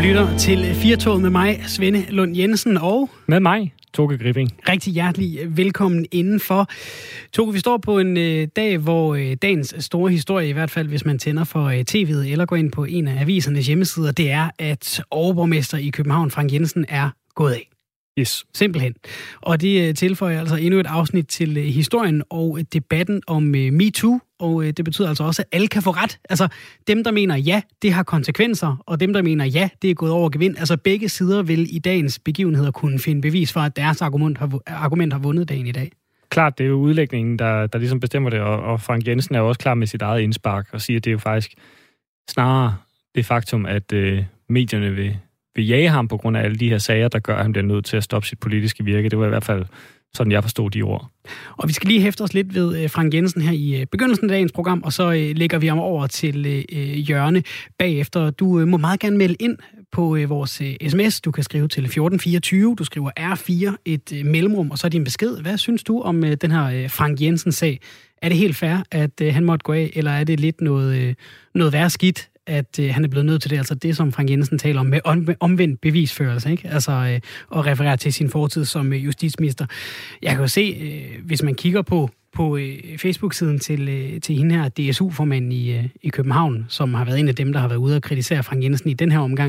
lytter til Firtoget med mig, Svende Lund Jensen, og med mig, Toke Gripping. Rigtig hjertelig velkommen indenfor. Toke, vi står på en dag, hvor dagens store historie, i hvert fald hvis man tænder for tv'et eller går ind på en af avisernes hjemmesider, det er, at overborgmester i København, Frank Jensen, er gået af. Yes. Simpelthen. Og det tilføjer altså endnu et afsnit til historien og debatten om MeToo, og det betyder altså også, at alle kan få ret. Altså dem, der mener ja, det har konsekvenser, og dem, der mener ja, det er gået over gevind. Altså begge sider vil i dagens begivenheder kunne finde bevis for, at deres argument har vundet dagen i dag. Klart, det er jo udlægningen, der ligesom bestemmer det, og Frank Jensen er jo også klar med sit eget indspark og siger, at det er jo faktisk snarere det faktum, at medierne vil jage ham på grund af alle de her sager, der gør, at han bliver nødt til at stoppe sit politiske virke. Det var i hvert fald sådan, jeg forstod de ord. Og vi skal lige hæfte os lidt ved Frank Jensen her i begyndelsen af dagens program, og så lægger vi ham over til Jørne bagefter. Du må meget gerne melde ind på vores sms. Du kan skrive til 1424. Du skriver R4, et mellemrum, og så din besked. Hvad synes du om den her Frank Jensen-sag? Er det helt fair, at han måtte gå af, eller er det lidt noget værre skidt, at han er blevet nødt til det, altså det, som Frank Jensen taler om med omvendt bevisførelse, ikke? Altså at referere til sin fortid som justitsminister. Jeg kan jo se, hvis man kigger på Facebook-siden til hende her, DSU-formanden i København, som har været en af dem, der har været ude og kritisere Frank Jensen i den her omgang,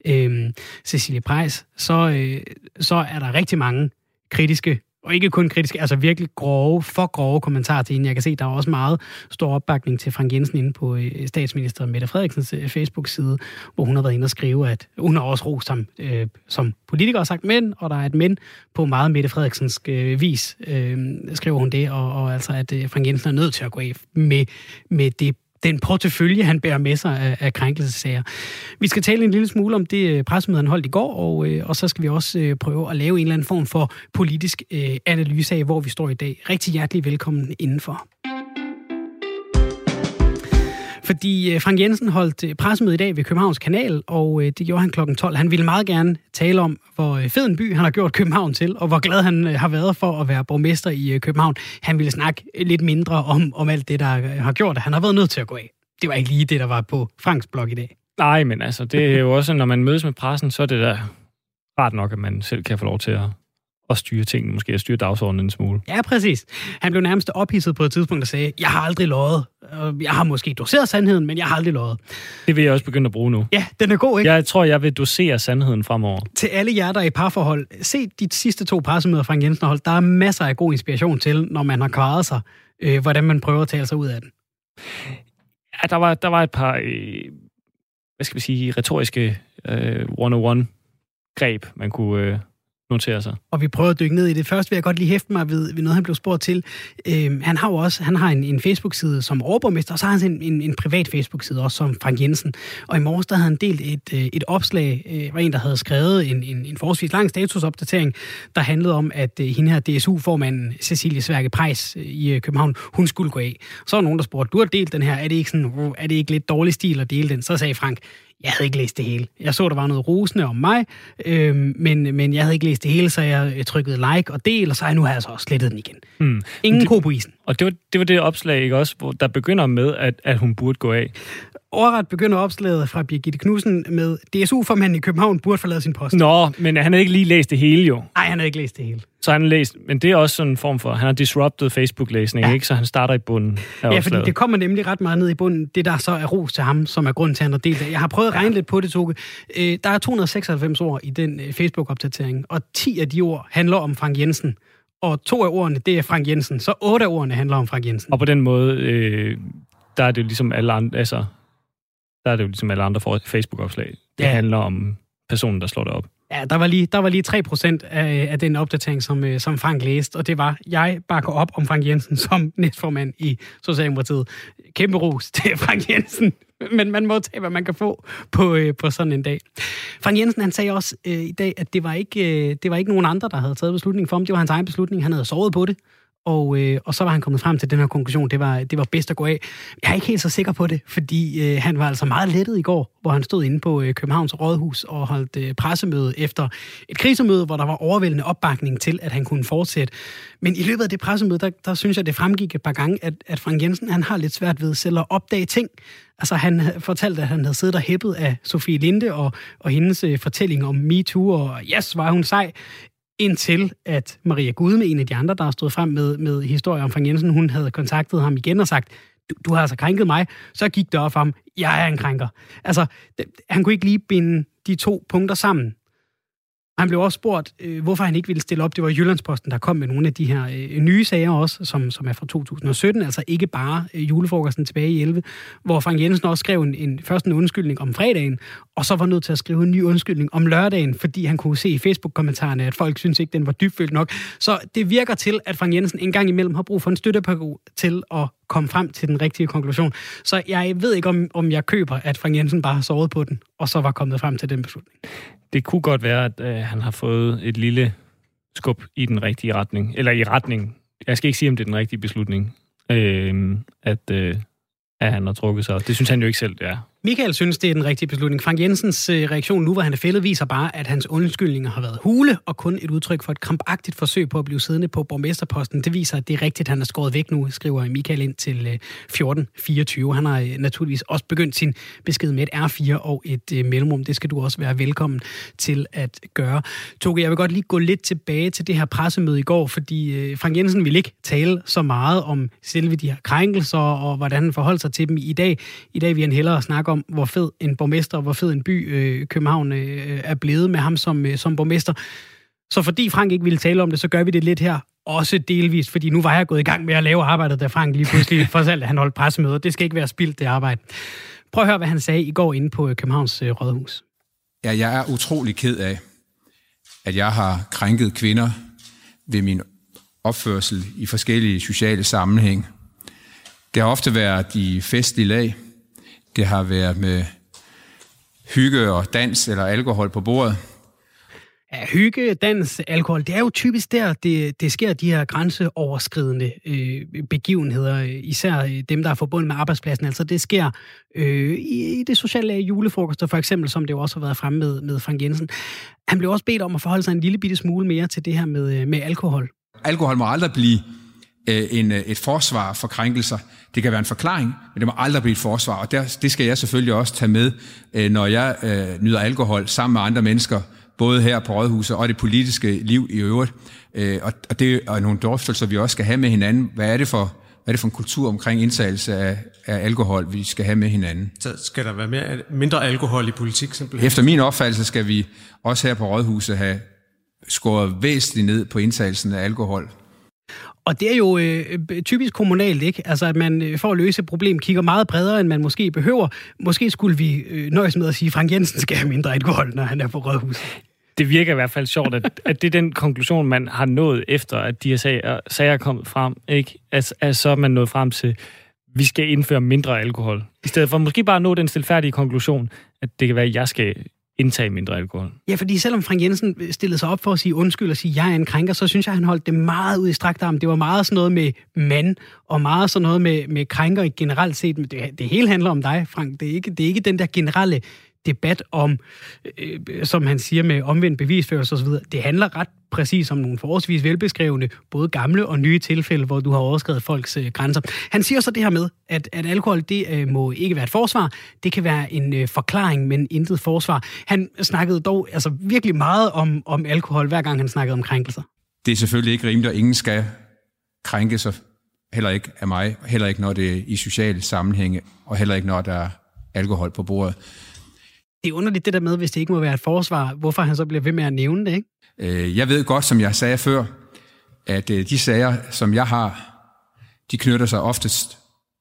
Cecilie Preis, så er der rigtig mange kritiske, og ikke kun kritiske, altså virkelig grove kommentarer til hende. Jeg kan se, der er også meget stor opbakning til Frank Jensen inde på statsminister Mette Frederiksens Facebook-side, hvor hun har været inde og skrive, at hun har også rost ham som politiker og sagt men, og der er et men på meget Mette Frederiksens vis, skriver hun det, og altså, at Frank Jensen er nødt til at gå af med den portefølje, han bærer med sig af krænkelsessager. Vi skal tale en lille smule om det pressemøde, han holdt i går, og så skal vi også prøve at lave en eller anden form for politisk analyse af, hvor vi står i dag. Rigtig hjertelig velkommen indenfor. Fordi Frank Jensen holdt pressemøde i dag ved Københavns Kanal, og det gjorde han klokken 12. Han ville meget gerne tale om, hvor fed en by han har gjort København til, og hvor glad han har været for at være borgmester i København. Han ville snakke lidt mindre om alt det, der har gjort, at han har været nødt til at gå af. Det var ikke lige det, der var på Franks blog i dag. Nej, men altså, det er jo også, når man mødes med pressen, så er det da rart nok, at man selv kan få lov til at styre tingene, måske at styre dagsordenen en smule. Ja, præcis. Han blev nærmest ophidset på et tidspunkt og sagde, jeg har aldrig løjet. Jeg har måske doseret sandheden, men jeg har aldrig løjet. Det vil jeg også begynde at bruge nu. Ja, den er god, ikke? Jeg tror, jeg vil dosere sandheden fremover. Til alle jer, der er i parforhold, se de sidste 2 pressemøder, Frank Jensen har holdt. Der er masser af god inspiration til, når man har kvaret sig, hvordan man prøver at tale sig ud af den. Ja, der var et par, hvad skal vi sige, retoriske 101-greb, man kunne notere sig. Og vi prøver at dykke ned i det. Først vil jeg godt lige hæfte mig ved noget, han blev spurgt til. Han har en Facebook-side som overborgmester, og så har han en privat Facebook-side også som Frank Jensen. Og i morges, der havde han delt et opslag, var en, der havde skrevet en forholdsvis lang statusopdatering, der handlede om, at hende her DSU-formanden, Cecilie Sværke Preis i København, hun skulle gå af. Så var nogen, der spurgte, du har delt den her, er det ikke lidt dårlig stil at dele den? Så sagde Frank, jeg havde ikke læst det hele. Jeg så, der var noget rosende om mig, men jeg havde ikke læst det hele, så jeg trykkede like og del, og så nu har jeg så også slettet den igen. Ingen ko på isen. Og det var det opslag, ikke også, hvor der begynder med, at hun burde gå af. Overret begynder opslaget fra Birgitte Knudsen med DSU-formanden i København burde forlade sin post. Nå, men han havde ikke lige læst det hele jo. Nej, han havde ikke læst det hele. Så han har læst, men det er også sådan en form for, han har disrupted Facebook-læsning, ja. Ikke? Så han starter i bunden af opslaget. Ja, fordi det kommer nemlig ret meget ned i bunden, det der så er ros til ham, som er grunden til, at han har delt det. Jeg har prøvet at regne lidt på det, Toge. Der er 296 ord i den Facebook-opdatering, og 10 af de ord handler om Frank Jensen. Og 2 af ordene, det er Frank Jensen, så 8 af ordene handler om Frank Jensen. Og på den måde, der er det jo ligesom alle andre, altså, der er det jo ligesom alle andre Facebook-opslag. Det handler om personen, der slår det op. Ja, der var lige 3% af den opdatering, som Frank læste, og det var, jeg bakker op om Frank Jensen som næstformand i Socialdemokratiet. Kæmpe ros til Frank Jensen, men man må tage, hvad man kan få på sådan en dag. Frank Jensen, han sagde også i dag, at det var ikke nogen andre, der havde taget beslutningen for ham. Det var hans egen beslutning. Han havde sovet på det, og så var han kommet frem til den her konklusion, det var bedst at gå af. Jeg er ikke helt så sikker på det, fordi han var altså meget lettet i går, hvor han stod inde på Københavns Rådhus og holdt pressemøde efter et krisemøde, hvor der var overvældende opbakning til, at han kunne fortsætte. Men i løbet af det pressemøde, der synes jeg, det fremgik et par gange, at Frank Jensen, han har lidt svært ved selv at opdage ting. Altså han fortalte, at han havde siddet og hæppet af Sofie Linde og hendes fortælling om MeToo, og yes, var hun sej, indtil at Maria Gudme, en af de andre, der har stået frem med historier om Frank Jensen, hun havde kontaktet ham igen og sagt, du har altså krænket mig, så gik det op for ham, jeg er en krænker. Altså, han kunne ikke lige binde de to punkter sammen. Han blev også spurgt, hvorfor han ikke ville stille op. Det var Jyllandsposten, der kom med nogle af de her nye sager også, som er fra 2017, altså ikke bare julefrokosten tilbage i 11, hvor Frank Jensen også skrev først en undskyldning om fredagen, og så var nødt til at skrive en ny undskyldning om lørdagen, fordi han kunne se i Facebook-kommentarerne, at folk synes ikke, den var dybfølt nok. Så det virker til, at Frank Jensen en gang imellem har brug for en støttepædagog til at komme frem til den rigtige konklusion. Så jeg ved ikke, om jeg køber, at Frank Jensen bare har sovet på den, og så var kommet frem til den beslutning. Det kunne godt være, at han har fået et lille skub i den rigtige retning. Eller i retning. Jeg skal ikke sige, om det er den rigtige beslutning, at han har trukket sig. Det synes han jo ikke selv, det er. Michael synes, det er den rigtige beslutning. Frank Jensens reaktion nu, hvor han er fældet, viser bare, at hans undskyldninger har været hule, og kun et udtryk for et krampagtigt forsøg på at blive siddende på borgmesterposten. Det viser, at det er rigtigt, han er skåret væk nu, skriver Michael ind til 1424. Han har naturligvis også begyndt sin besked med et R4 og et mellemrum. Det skal du også være velkommen til at gøre. Toge, jeg vil godt lige gå lidt tilbage til det her pressemøde i går, fordi Frank Jensen ville ikke tale så meget om selve de her krænkelser, og hvordan han forholdt sig til dem i dag. I dag vil han hellere snakke om, hvor fed en borgmester og hvor fed en by København er blevet med ham som borgmester. Så fordi Frank ikke ville tale om det, så gør vi det lidt her. Også delvist, fordi nu var jeg gået i gang med at lave arbejdet, da Frank lige pludselig fortalte, at han holdt pressemøder. Det skal ikke være spildt, det arbejde. Prøv at høre, hvad han sagde i går inde på Københavns Rådhus. Ja, jeg er utrolig ked af, at jeg har krænket kvinder ved min opførsel i forskellige sociale sammenhæng. Det har ofte været i festlige lag. Det har været med hygge og dans eller alkohol på bordet. Ja, hygge, dans, alkohol, det er jo typisk der, det sker de her grænseoverskridende begivenheder, især dem, der er forbundet med arbejdspladsen. Altså det sker i det sociale julefrokoster, for eksempel, som det jo også har været fremme med Frank Jensen. Han blev også bedt om at forholde sig en lille bitte smule mere til det her med alkohol. Alkohol må aldrig blive et forsvar for krænkelser. Det kan være en forklaring, men det må aldrig blive et forsvar, og det skal jeg selvfølgelig også tage med, når jeg nyder alkohol sammen med andre mennesker, både her på Rådhuset og det politiske liv i øvrigt. Og det er nogle drøftelser, vi også skal have med hinanden. Hvad er det for en kultur omkring indtagelse af alkohol, vi skal have med hinanden? Så skal der være mindre alkohol i politik simpelthen? Efter min opfattelse skal vi også her på Rådhuset have skåret væsentligt ned på indtagelsen af alkohol. Og det er jo typisk kommunalt, ikke? Altså, at man for at løse et problem kigger meget bredere, end man måske behøver. Måske skulle vi nøjes med at sige, at Frank Jensen skal have mindre alkohol, når han er på Rådhuset. Det virker i hvert fald sjovt, at det er den konklusion, man har nået efter, at de her sager er kommet frem, ikke? Altså, så er man nået frem til, vi skal indføre mindre alkohol. I stedet for måske bare nå den stilfærdige konklusion, at det kan være, at jeg skal indtage mindre alkohol. Ja, fordi selvom Frank Jensen stillede sig op for at sige undskyld og sige, jeg er en krænker, så synes jeg, han holdt det meget ud i strakt arm. Det var meget sådan noget med mand, og meget sådan noget med krænker generelt set. Men det hele handler om dig, Frank. Det er ikke den der generelle debat om, som han siger, med omvendt bevisførelse osv. Det handler ret præcis om nogle forholdsvis velbeskrevne, både gamle og nye tilfælde, hvor du har overskredet folks grænser. Han siger så det her med, at alkohol, det må ikke være et forsvar. Det kan være en forklaring, men intet forsvar. Han snakkede dog altså virkelig meget om alkohol, hver gang han snakkede om krænkelser. Det er selvfølgelig ikke rimeligt, og ingen skal krænke sig, heller ikke af mig, heller ikke når det er i sociale sammenhænge, og heller ikke når der er alkohol på bordet. Det er underligt det der med, hvis det ikke må være et forsvar, hvorfor han så bliver ved med at nævne det, ikke? Jeg ved godt, som jeg sagde før, at de sager, som jeg har, de knytter sig oftest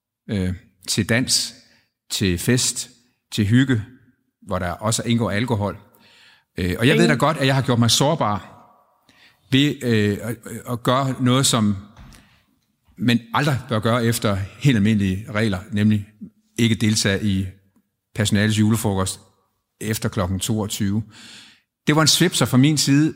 til dans, til fest, til hygge, hvor der også indgår alkohol. Og jeg ved da godt, at jeg har gjort mig sårbar ved at gøre noget, som man aldrig bør gøre efter helt almindelige regler, nemlig ikke deltage i personalets julefrokost efter kl. 22. Det var en svipser fra min side.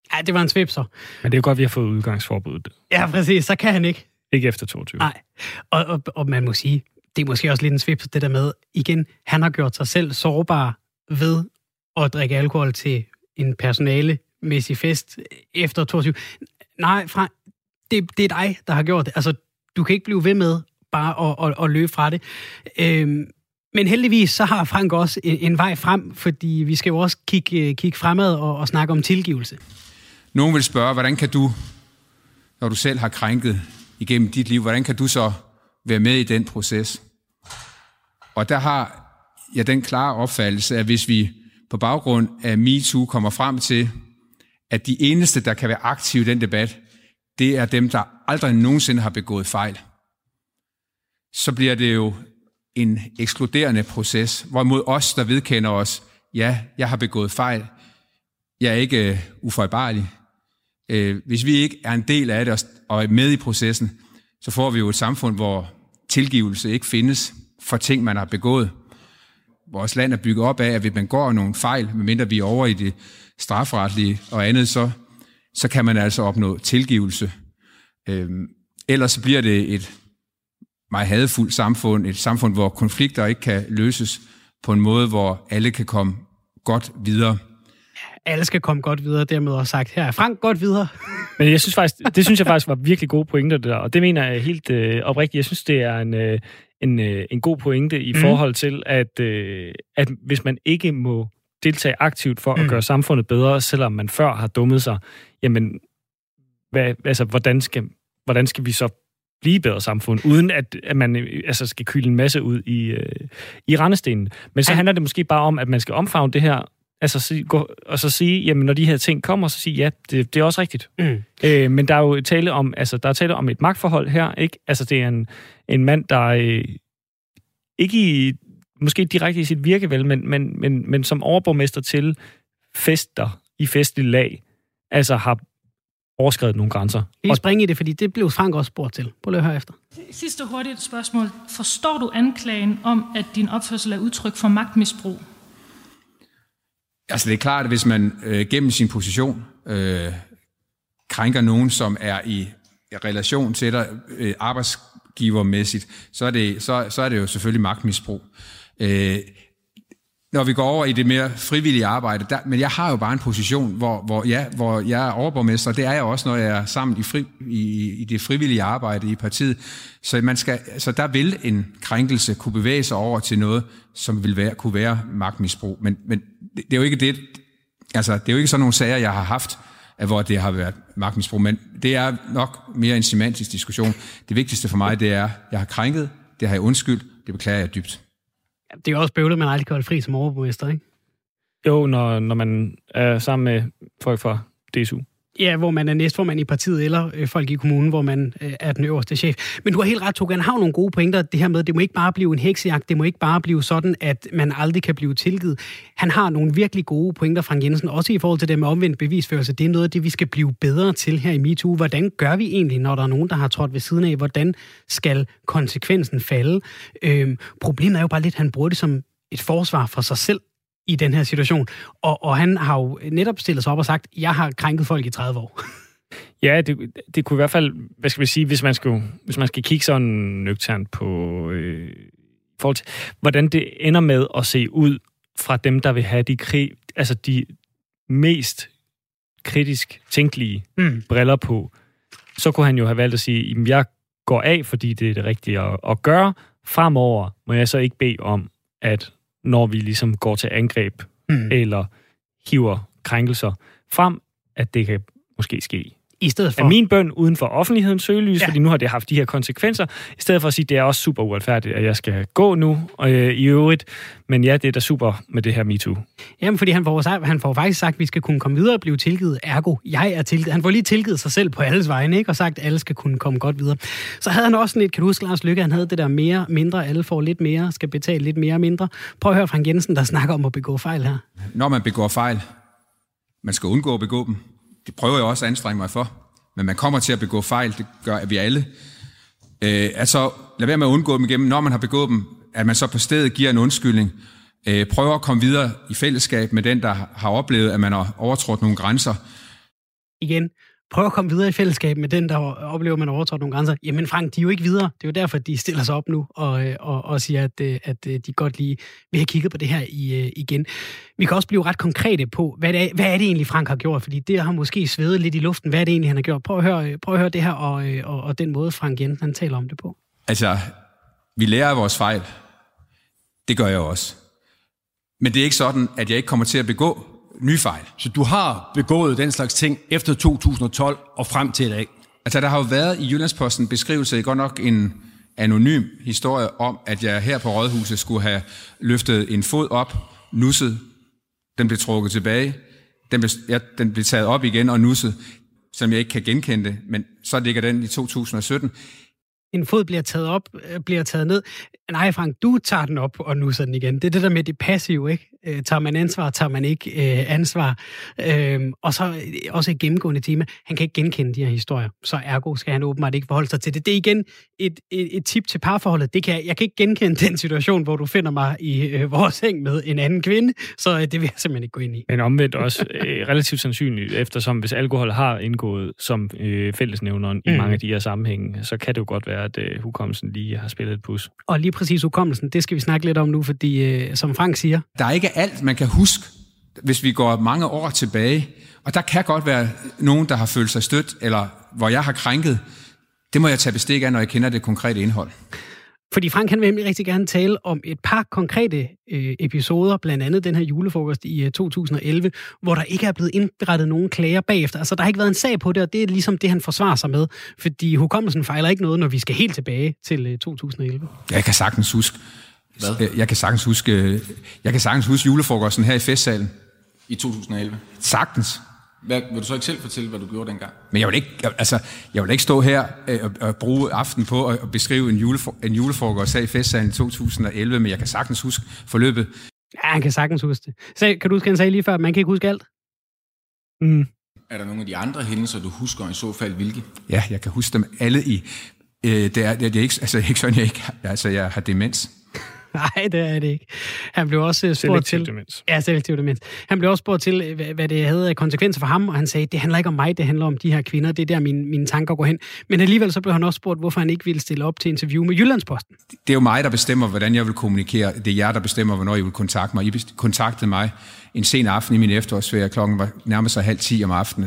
Ja, det var en svipser. Men det er jo godt, vi har fået udgangsforbuddet. Ja, præcis. Så kan han ikke. Ikke efter 22. Nej. Og man må sige, det er måske også lidt en svipser, det der med, igen, han har gjort sig selv sårbar ved at drikke alkohol til en personalemæssig fest efter 22. Nej, Frank, det er dig, der har gjort det. Altså, du kan ikke blive ved med bare at løbe fra det. Men heldigvis, så har Frank også en vej frem, fordi vi skal jo også kigge fremad og snakke om tilgivelse. Nogen vil spørge, hvordan kan du, når du selv har krænket igennem dit liv, hvordan kan du så være med i den proces? Og der har jeg den klare opfattelse, at hvis vi på baggrund af MeToo kommer frem til, at de eneste, der kan være aktive i den debat, det er dem, der aldrig nogensinde har begået fejl, så bliver det jo en ekskluderende proces, hvorimod os, der vedkender os, ja, jeg har begået fejl, jeg er ikke ufejlbarlig. Hvis vi ikke er en del af det og er med i processen, så får vi jo et samfund, hvor tilgivelse ikke findes for ting, man har begået. Vores land er bygget op af, at hvis man går nogle fejl, medmindre vi er over i det strafferetlige og andet, så kan man altså opnå tilgivelse. Ellers så bliver det et meget hadefuldt samfund, et samfund, hvor konflikter ikke kan løses på en måde, hvor alle kan komme godt videre. Alle skal komme godt videre, dermed også sagt, her er Frank godt videre. Men jeg synes faktisk, det synes jeg faktisk var virkelig gode pointer, det der, og det mener jeg helt oprigtigt. Jeg synes, det er en god pointe i forhold til, at hvis man ikke må deltage aktivt for at gøre samfundet bedre, selvom man før har dummet sig, jamen, hvordan skal vi så blive bedre samfund, uden at man skal kyle en masse ud i rendestenen. Men så handler det måske bare om, at man skal omfavne det her, og så sige, jamen når de her ting kommer, så sige, ja, det er også rigtigt. Men der er jo tale om et magtforhold her, ikke? Altså det er en mand, der ikke måske direkte i sit virkevel, men som overborgmester til fester i festlig lag, altså har overskredet nogle grænser. Vi springer i det, fordi det blev Frank også spurgt til. Prøv lige at høre efter. Sidste hurtigt spørgsmål. Forstår du anklagen om, at din opførsel er udtryk for magtmisbrug? Altså det er klart, at hvis man gennem sin position krænker nogen, som er i relation til dig arbejdsgivermæssigt, så er det jo selvfølgelig magtmisbrug. Når vi går over i det mere frivillige arbejde, men jeg har jo bare en position, hvor jeg er overborgmester, og det er jeg også, når jeg er sammen i det frivillige arbejde i partiet. Så der vil en krænkelse kunne bevæge sig over til noget, som kunne være magtmisbrug. Men det er jo ikke det. Altså, det er jo ikke sådan nogle sager, jeg har haft, hvor det har været magtmisbrug, men det er nok mere en semantisk diskussion. Det vigtigste for mig, det er, jeg har krænket, det har jeg undskyldt, det beklager jeg dybt. Det er jo også bøvlet, man aldrig kan holde fri som overborgmester, ikke? Jo, når man er sammen med folk fra DSU. Ja, hvor man er næstformand i partiet, eller folk i kommunen, hvor man er den øverste chef. Men du har helt ret, Togan, har nogle gode pointer, det her med, det må ikke bare blive en heksejagt, det må ikke bare blive sådan, at man aldrig kan blive tilgivet. Han har nogle virkelig gode pointer, Frank Jensen, også i forhold til det med omvendt bevisførelse. Det er noget af det, vi skal blive bedre til her i MeToo. Hvordan gør vi egentlig, når der er nogen, der har trådt ved siden af? Hvordan skal konsekvensen falde? Problemet er jo bare lidt, at han bruger det som et forsvar for sig selv i den her situation. Og han har jo netop stillet sig op og sagt, jeg har krænket folk i 30 år. Ja, det kunne i hvert fald, hvad skal vi sige, hvis man skal kigge sådan nøgternt på forhold til, hvordan det ender med at se ud fra dem, der vil have de mest kritisk tænkelige briller på, så kunne han jo have valgt at sige, jamen, jeg går af, fordi det er det rigtige at gøre. Fremover må jeg så ikke bede om, at når vi ligesom går til angreb eller hiver krænkelser frem, at det kan måske ske. I stedet for af min bøn uden for offentlighedens søgelys, fordi nu har det haft de her konsekvenser, i stedet for at sige, at det er også super uretfærdigt, at jeg skal gå nu i øvrigt. Men ja, det er da super med det her MeToo. Jamen, fordi han får faktisk sagt, at vi skal kunne komme videre og blive tilgivet. Ergo, jeg er tilgivet. Han får lige tilgivet sig selv på alles vegne, ikke? Og sagt, at alle skal kunne komme godt videre. Så havde han også sådan et, kan du huske, Lars Løkke, han havde det der mere, mindre, alle får lidt mere, skal betale lidt mere, mindre. Prøv at høre Frank Jensen, der snakker om at begå fejl her. Når man begår fejl, man skal undgå at begå dem. Det prøver jeg også at anstrenge mig for. Men man kommer til at begå fejl, det gør vi alle. Altså, lad være med at undgå dem igennem, når man har begået dem, at man så på stedet giver en undskyldning. Prøver at komme videre i fællesskab med den, der har oplevet, at man har overtrådt nogle grænser. igen, prøv at komme videre i fællesskab med den, der oplever, man overtrådt nogle grænser. Jamen Frank, de er jo ikke videre. Det er jo derfor, de stiller sig op nu og siger, at de godt lige vil have kigget på det her igen. Vi kan også blive ret konkrete på, hvad er det egentlig, Frank har gjort? Fordi det har måske svedet lidt i luften. Hvad er det egentlig, han har gjort? Prøv at høre det her og den måde, Frank Jensen han taler om det på. Altså, vi lærer af vores fejl. Det gør jeg også. Men det er ikke sådan, at jeg ikke kommer til at begå nye fejl. Så du har begået den slags ting efter 2012 og frem til i dag? Altså, der har jo været i Jyllandsposten beskrivelse, godt nok en anonym historie om, at jeg her på Rådhuset skulle have løftet en fod op, nusset, den blev trukket tilbage, den blev taget op igen og nusset, som jeg ikke kan genkende det, men så ligger den i 2017. En fod bliver taget op, bliver taget ned. Nej, Frank, du tager den op og nusser den igen. Det er det der med det passive, ikke? Tager man ansvar, tager man ikke ansvar. Og så også et gennemgående tema. Han kan ikke genkende de her historier, så ergo skal han åbenbart ikke forholde sig til det. Det er igen et tip til parforholdet. Jeg kan ikke genkende den situation, hvor du finder mig i vores seng med en anden kvinde, så det vil jeg simpelthen ikke gå ind i. Men omvendt også relativt sandsynligt, eftersom hvis alkohol har indgået som fællesnævneren i mange af de her sammenhænge, så kan det jo godt være, at hukommelsen lige har spillet et pus. Og lige præcis hukommelsen, det skal vi snakke lidt om nu, fordi som Frank siger... Der er ikke alt, man kan huske, hvis vi går mange år tilbage. Og der kan godt være nogen, der har følt sig stødt, eller hvor jeg har krænket. Det må jeg tage bestik af, når jeg kender det konkrete indhold. Fordi Frank han vil nemlig rigtig gerne tale om et par konkrete episoder, blandt andet den her julefrokost i 2011, hvor der ikke er blevet indberettet nogen klager bagefter. Altså, der har ikke været en sag på det, og det er ligesom det, han forsvarer sig med. Fordi hukommelsen fejler ikke noget, når vi skal helt tilbage til 2011. Jeg kan sagtens huske... Hvad? Jeg kan sagtens huske julefrokosten her i festsalen. I 2011? Sagtens. Vil du så ikke selv fortælle, hvad du gjorde dengang? Men jeg vil ikke stå her og bruge aften på at beskrive en julefrokost her i festsalen i 2011, men jeg kan sagtens huske forløbet. Ja, han kan sagtens huske det. Kan du huske, han sagde lige før, at man kan ikke huske alt? Er der nogle af de andre hændelser, du husker, i så fald hvilke? Ja, jeg kan huske dem alle i... Det er ikke sådan, jeg har demens. Nej, det er det ikke. Han blev også spurgt til... demens. Ja, selektiv demens. Han blev også spurgt til, hvad det havde af konsekvenser for ham, og han sagde, det handler ikke om mig, det handler om de her kvinder. Det er der, mine tanker går hen. Men alligevel så blev han også spurgt, hvorfor han ikke ville stille op til interview med Jyllandsposten. Det er jo mig, der bestemmer, hvordan jeg vil kommunikere. Det er jer, der bestemmer, hvornår I vil kontakte mig. I kontaktede mig en sen aften i min efterårsferie. Klokken var nærmest 9:30 om aftenen.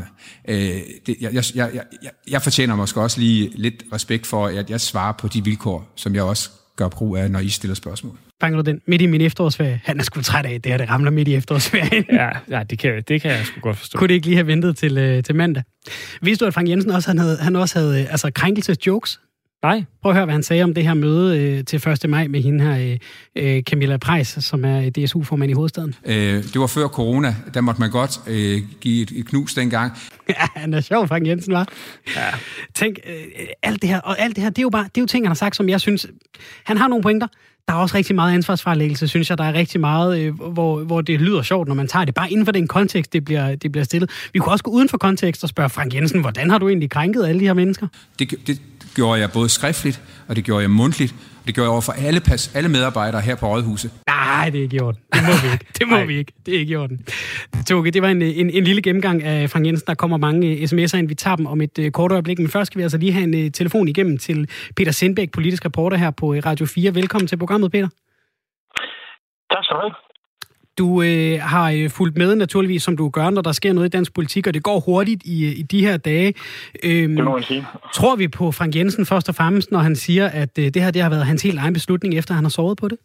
Jeg fortjener måske også lige lidt respekt for, at jeg svarer på de vilkår, som jeg også gør brug af, når I stiller spørgsmål. Fanger du den? Midt i min efterårsferie. Han er sgu træt af det, og det ramler midt i efterårsferien. Ja, det kan jeg sgu godt forstå. Kunne det ikke lige have ventet til mandag? Vidste du, at Frank Jensen også, han også havde altså, krænkelsesjokes? Nej. Prøv at høre, hvad han sagde om det her møde til 1. maj med hende her, Camilla Prejs, som er DSU-formand i hovedstaden. Det var før corona. Der måtte man godt give et knus dengang. Ja, han er sjov, Frank Jensen, var. Ja. Tænk, alt det her, det er jo ting, han har sagt, som jeg synes... Han har nogle pointer. Der er også rigtig meget ansvarsfralæggelse, synes jeg. Der er rigtig meget, hvor det lyder sjovt, når man tager det. Bare inden for den kontekst, det bliver stillet. Vi kunne også gå uden for kontekst og spørge Frank Jensen, hvordan har du egentlig krænket alle de her mennesker? Det gjorde jeg både skriftligt, og det gjorde jeg mundtligt. Det gjorde jeg over for alle medarbejdere her på Rådhuset. Nej, det er ikke i orden. Det må vi ikke. Det er ikke i orden. Toge, det var en lille gennemgang af Frank Jensen. Der kommer mange sms'er ind. Vi tager dem om et kort øjeblik. Men først skal vi altså lige have en telefon igennem til Peter Sindbæk, politisk reporter her på Radio 4. Velkommen til programmet, Peter. Tak skal du have. Du har fulgt med naturligvis, som du gør, når der sker noget i dansk politik, og det går hurtigt i de her dage. Det må man sige. Tror vi på Frank Jensen først og fremmest, når han siger, at det her det har været hans helt egen beslutning, efter han har sovet på det?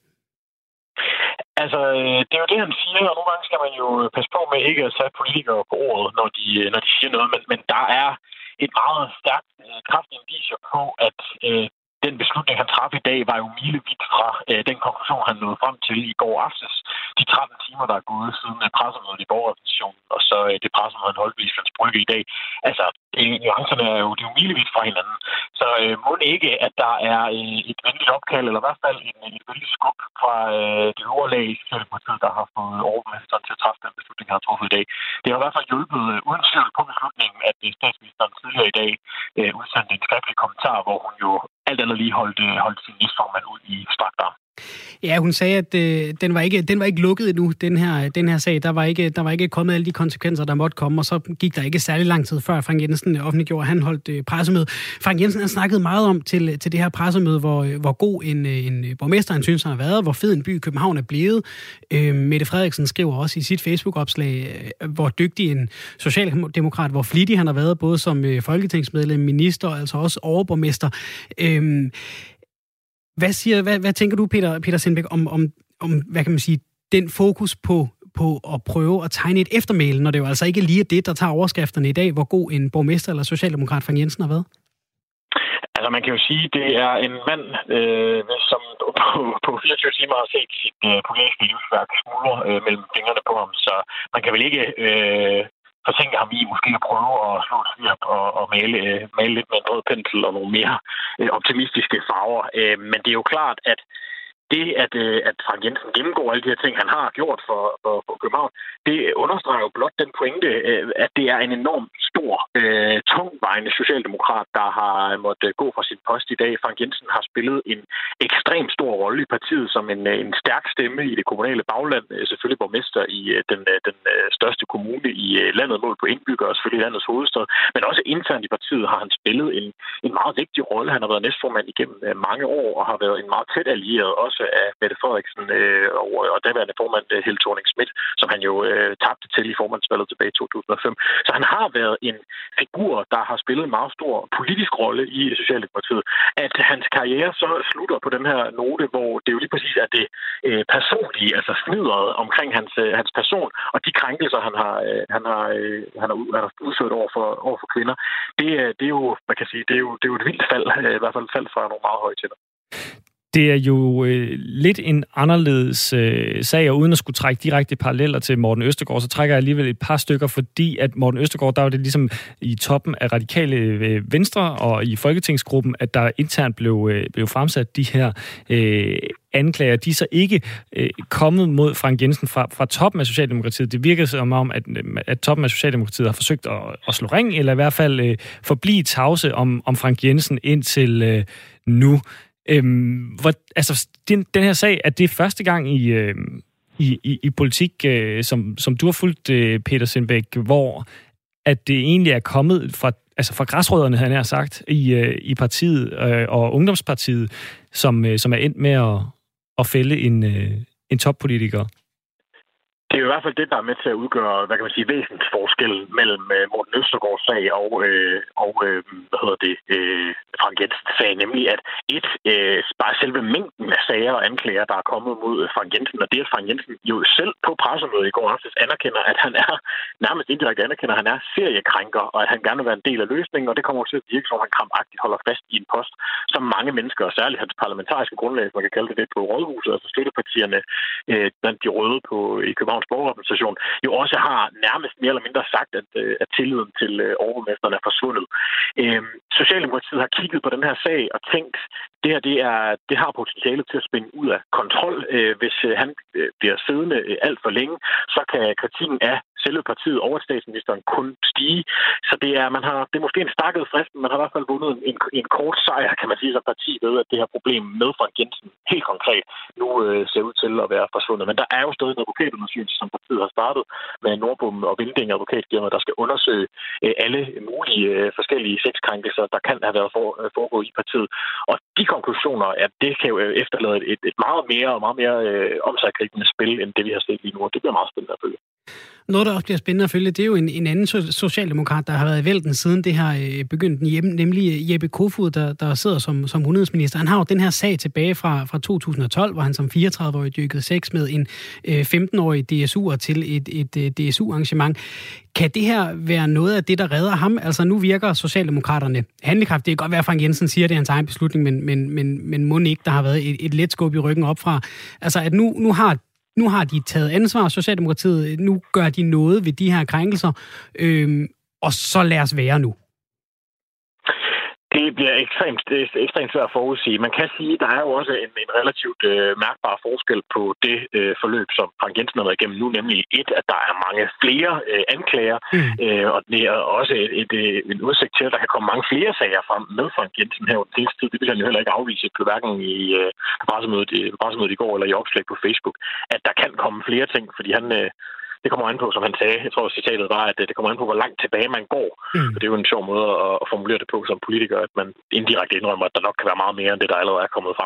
Altså, det er jo det, han siger, og nogle gange skal man jo passe på med ikke at tage politikere på ordet, når de siger noget, men der er et meget stærkt kraftigt indicier på, at den beslutning, han traf i dag, var jo milevidt fra den konklusion, han nåede frem til i går aftes. De 13 timer, der er gået siden pressemødet i borgerrepræsentationen, og så det pressemøde, han holdt ved Islands Brygge i dag. Altså, nuancerne er jo vildvidt fra hinanden. Så må det ikke, at der er et venligt opkald, eller i hvert fald et venligt skub fra det overlag i Socialdemokratiet, der har fået overborgmesteren til at træffe den beslutning, han har truffet i dag. Det har i hvert fald hjulpet uden tvivl på beslutningen, at statsministeren tidligere i dag udsendte en skriftlig kommentar, hvor hun jo alt andet lige holdt sin næstformand ud i strakt arm. Ja, hun sagde, at den var ikke lukket endnu, den her sag. Der var ikke kommet alle de konsekvenser, der måtte komme, og så gik der ikke særlig lang tid før Frank Jensen offentliggjorde, han holdt pressemøde. Frank Jensen har snakket meget om til det her pressemøde, hvor god en borgmester han synes, han har været, hvor fed en by København er blevet. Mette Frederiksen skriver også i sit Facebook-opslag, hvor dygtig en socialdemokrat, hvor flittig han har været, både som folketingsmedlem, minister og altså også overborgmester. Hvad tænker du, Peter Sindbæk, om hvad kan man sige, den fokus på at prøve at tegne et eftermæle, når det jo altså ikke er lige det, der tager overskrifterne i dag, hvor god en borgmester eller socialdemokrat Frank Jensen har været? Altså man kan jo sige, at det er en mand, som på 24 timer har set sit politiske livsværk smuldre mellem fingrene på ham, så man kan vel ikke fortænke ham i måske at prøve at slå et svirp og male lidt med en rød pensel og nogle mere optimistiske farver. Men det er jo klart, at det, at Frank Jensen gennemgår alle de her ting, han har gjort for København, det understreger jo blot den pointe, at det er en enormt stor, tungtvejende socialdemokrat, der har måttet gå fra sin post i dag. Frank Jensen har spillet en ekstremt stor rolle i partiet som en stærk stemme i det kommunale bagland, selvfølgelig borgmester i den største kommune i landet målt på indbyggere, og selvfølgelig landets hovedstad, men også internt i partiet har han spillet en meget vigtig rolle. Han har været næstformand igennem mange år, og har været en meget tæt allieret også af Mette Frederiksen og daværende formand Helle Thorning-Schmidt, som han jo tabte til i formandsvalget tilbage i 2005. Så han har været en figur, der har spillet en meget stor politisk rolle i Socialdemokratiet. At hans karriere så slutter på den her note, hvor det jo lige præcis er det personlige, altså snydret omkring hans person, og de krænkelser, han har udført over for kvinder, det er jo, man kan sige, det er jo et vildt fald, i hvert fald fald fra nogle meget høje tænder. Det er jo lidt en anderledes sag, og uden at skulle trække direkte paralleller til Morten Østergaard, så trækker jeg alligevel et par stykker, fordi at Morten Østergaard, der var det ligesom i toppen af Radikale Venstre og i Folketingsgruppen, at der internt blev fremsat de her anklager. De er så ikke kommet mod Frank Jensen fra toppen af Socialdemokratiet. Det virker som om, at toppen af Socialdemokratiet har forsøgt at slå ring, eller i hvert fald forblive tavse om Frank Jensen indtil nu. Den her sag, at det er første gang i politik, som du har fulgt, Peter Sindbæk, hvor at det egentlig er kommet fra græsrødderne, han har sagt, i partiet og Ungdomspartiet, som er endt med at fælde en toppolitiker. Det er jo i hvert fald det, der er med til at udgøre, hvad kan man sige, væsensforskel mellem Morten Østergaards sag og Frank Jensens sag, nemlig at bare selve mængden af sager og anklager, der er kommet mod Frank Jensen, og det at Frank Jensen jo selv på pressemødet i går aftes anerkender, at han er nærmest indirekte anerkender, at han er seriekrænker, og at han gerne vil være en del af løsningen, og det kommer til at virke, som han krampagtigt holder fast i en post, som mange mennesker, og særligt hans parlamentariske grundlag, man kan kalde det på rådhuset, altså støttepartierne blandt de røde i Københavns borgerrepræsentation, jo også har nærmest mere eller mindre sagt, at tilliden til overborgmesteren er forsvundet. Socialdemokratiet har kigget på den her sag og tænkt, det har potentiale til at spænde ud af kontrol. Hvis han bliver siddende alt for længe, så kan kritikken af selve partiet over statsministeren kun stige. Så det er måske en stakket frist, men man har i hvert fald vundet en kort sejr, kan man sige, som parti ved, at det her problem med Frank Jensen helt konkret nu ser ud til at være forsvundet. Men der er jo stadig en advokatundersøgelse, som partiet har startet med Nordbom og Vinding advokatfirma, der skal undersøge alle mulige forskellige sexkrænkelser, der kan have været foregået i partiet. Og de konklusioner, at det kan jo efterlade et meget mere omsiggribende spil, end det vi har set lige nu, og det bliver meget spændende at følge. Noget, der også bliver spændende at følge, det er jo en anden socialdemokrat, der har været i vælten siden det her begyndte, nemlig Jeppe Kofod, der sidder som udenrigsminister. Han har jo den her sag tilbage fra 2012, hvor han som 34-årig dyrkede sex med en 15-årig DSU'er til et DSU-arrangement. Kan det her være noget af det, der redder ham? Altså nu virker Socialdemokraterne handlekraft. Det kan godt være, at Frank Jensen siger, det er hans egen beslutning, men må ikke, der har været et let skub i ryggen op fra. Altså at nu har de taget ansvar, Socialdemokratiet, nu gør de noget ved de her krænkelser, og så lad os være nu. Det bliver ekstremt svært at forudsige. Man kan sige, at der er jo også en relativt mærkbar forskel på det forløb, som Frank Jensen har været igennem nu, nemlig at der er mange flere anklager, og det er også en udsigt til, at der kan komme mange flere sager frem med Frank Jensen her over den seneste tid. Det vil han jo heller ikke afvise på hverken i pressemødet i går eller i opslag på Facebook, at der kan komme flere ting, fordi det kommer an på, som han sagde, jeg tror citatet var, at det kommer an på, hvor langt tilbage man går. Og det er jo en sjov måde at formulere det på som politiker, at man indirekte indrømmer, at der nok kan være meget mere end det, der allerede er kommet frem.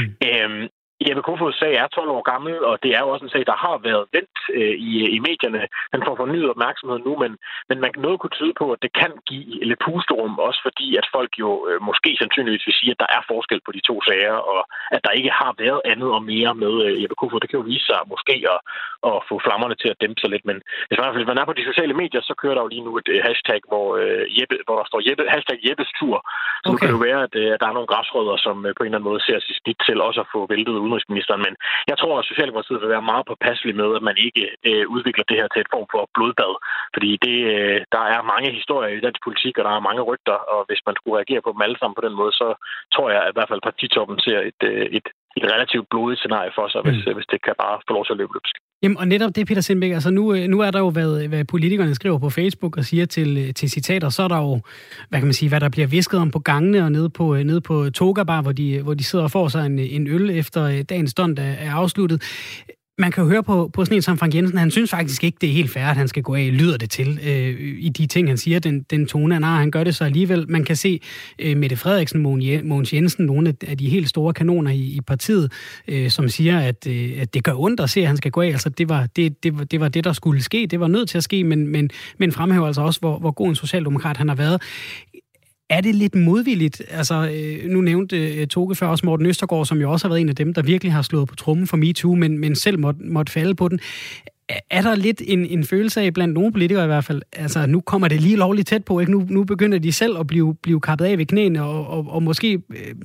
Jeppe Kofods sag er 12 år gammel, og det er jo også en sag, der har været vendt i medierne. Han får fornyet opmærksomhed nu, men man noget kunne tyde på, at det kan give lidt pusterum, også fordi, at folk jo måske sandsynligvis vil sige, at der er forskel på de to sager, og at der ikke har været andet og mere med Jeppe Kofod. Det kan jo vise sig måske at få flammerne til at dæmpe sig lidt, men hvis man er på de sociale medier, så kører der jo lige nu et hashtag, hvor der står hashtag Jeppes tur. Så nu kan det jo være, at der er nogle græsrødder, som på en eller anden måde ser sig snit til også at få væltet udenrigsministeren, men jeg tror, at Socialdemokratiet vil være meget påpasselig med, at man ikke udvikler det her til et form for blodbad. Fordi der er mange historier i dansk politik, og der er mange rygter, og hvis man skulle reagere på dem alle sammen på den måde, så tror jeg, at i hvert fald partitoppen ser et relativt blodigt scenarie for sig, hvis det kan bare få lov til at løbe løbsk. Jamen, og netop det, Peter Sindbæk, altså nu er der jo, hvad politikerne skriver på Facebook og siger til citater, så er der jo, hvad kan man sige, hvad der bliver visket om på gangene og nede på Togabar, hvor de sidder og får sig en øl efter dagens stund er afsluttet. Man kan jo høre på sådan en som Frank Jensen, han synes faktisk ikke, det er helt fair, at han skal gå af, lyder det til, i de ting, han siger, den tone, han gør det så alligevel. Man kan se Mette Frederiksen, Mogens Jensen, nogle af de helt store kanoner i partiet, som siger, at det gør ondt at se, at han skal gå af. Altså, det var det, der skulle ske. Det var nødt til at ske, men fremhæver altså også, hvor god en socialdemokrat han har været. Er det lidt modvilligt? Altså, nu nævnte Toge før også Morten Østergaard, som jo også har været en af dem, der virkelig har slået på trommen for MeToo, men selv måtte falde på den. Er der lidt en følelse af, blandt nogle politikere i hvert fald, altså nu kommer det lige lovligt tæt på, ikke? Nu begynder de selv at blive kappet af ved knæene, og måske...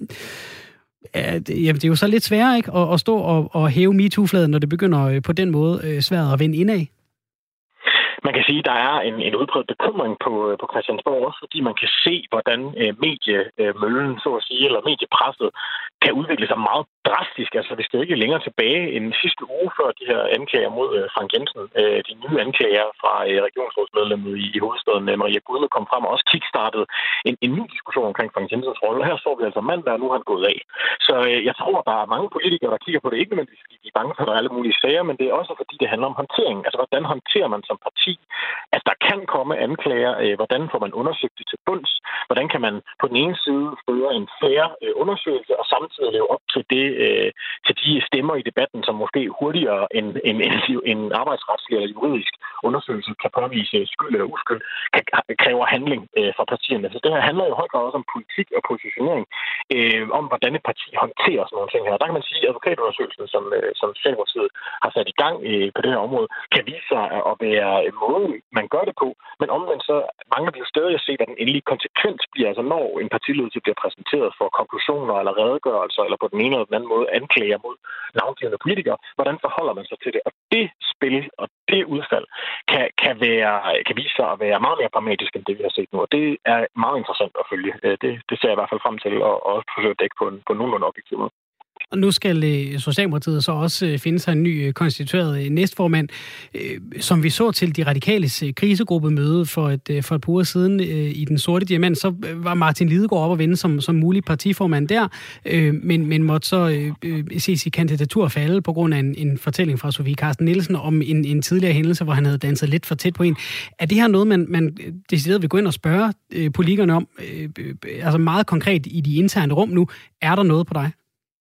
det er jo så lidt sværere, ikke? At stå og hæve MeToo-fladen, når det begynder på den måde svært at vende indad. Man kan sige, at der er en udbredt bekymring på Christiansborg også, fordi man kan se, hvordan mediemøllen, så at sige, eller mediepresset, kan udvikle sig meget drastisk. Altså, vi skal ikke længere tilbage end sidste uge før de her anklager mod Frank Jensen. De nye anklager fra regionsrådsmedlemmet i hovedstaden, Maria Gudme, kom frem og også kickstartede en ny diskussion omkring Frank Jensens rolle. Her så vi altså mandag, og nu er han gået af. Så jeg tror, der er mange politikere, der kigger på det, ikke nødvendigvis fordi de er bange for, at der er alle mulige sager, men det er også fordi, det handler om håndtering. Altså, hvordan håndterer man som parti, at der kan komme anklager, hvordan får man undersøgt det til bunds, hvordan kan man på den ene side føre en fair undersøgelse, og samtidig leve op til til de stemmer i debatten, som måske hurtigere end en arbejdsretslig eller juridisk undersøgelse kan påvise skyld eller uskyld, kræver handling fra partierne. Så det her handler jo i høj grad også om politik og positionering, om hvordan et parti håndterer sådan nogle ting her. Der kan man sige, at advokatundersøgelsen, som Socialdemokratiet har sat i gang på det her område, kan vise sig at være måden, man gør det på, men omvendt så mangler vi jo stadig at se, hvad den endelige konsekvens bliver, altså når en partiledelse bliver præsenteret for konklusioner eller redegørelser, eller på den ene eller den anden måde anklager mod navngivende politikere, hvordan forholder man sig til det? Og det spil og det udfald kan vise sig at være meget mere dramatisk, end det vi har set nu, og det er meget interessant at følge. Det ser jeg i hvert fald frem til, og forsøge at dække på nogenlunde objektiv måde. Og nu skal Socialdemokratiet så også finde sig en ny konstitueret næstformand. Som vi så til de radikales krisegruppemøde for et par uger siden i Den Sorte Diamant, så var Martin Lidegaard op at vinde som mulig partiformand der, men måtte så se sit kandidatur falde på grund af en fortælling fra Sofie Carsten Nielsen om en tidligere hændelse, hvor han havde danset lidt for tæt på en. Er det her noget, man decideret vil gå ind og spørge politikerne om? Altså meget konkret i de interne rum nu, er der noget på dig?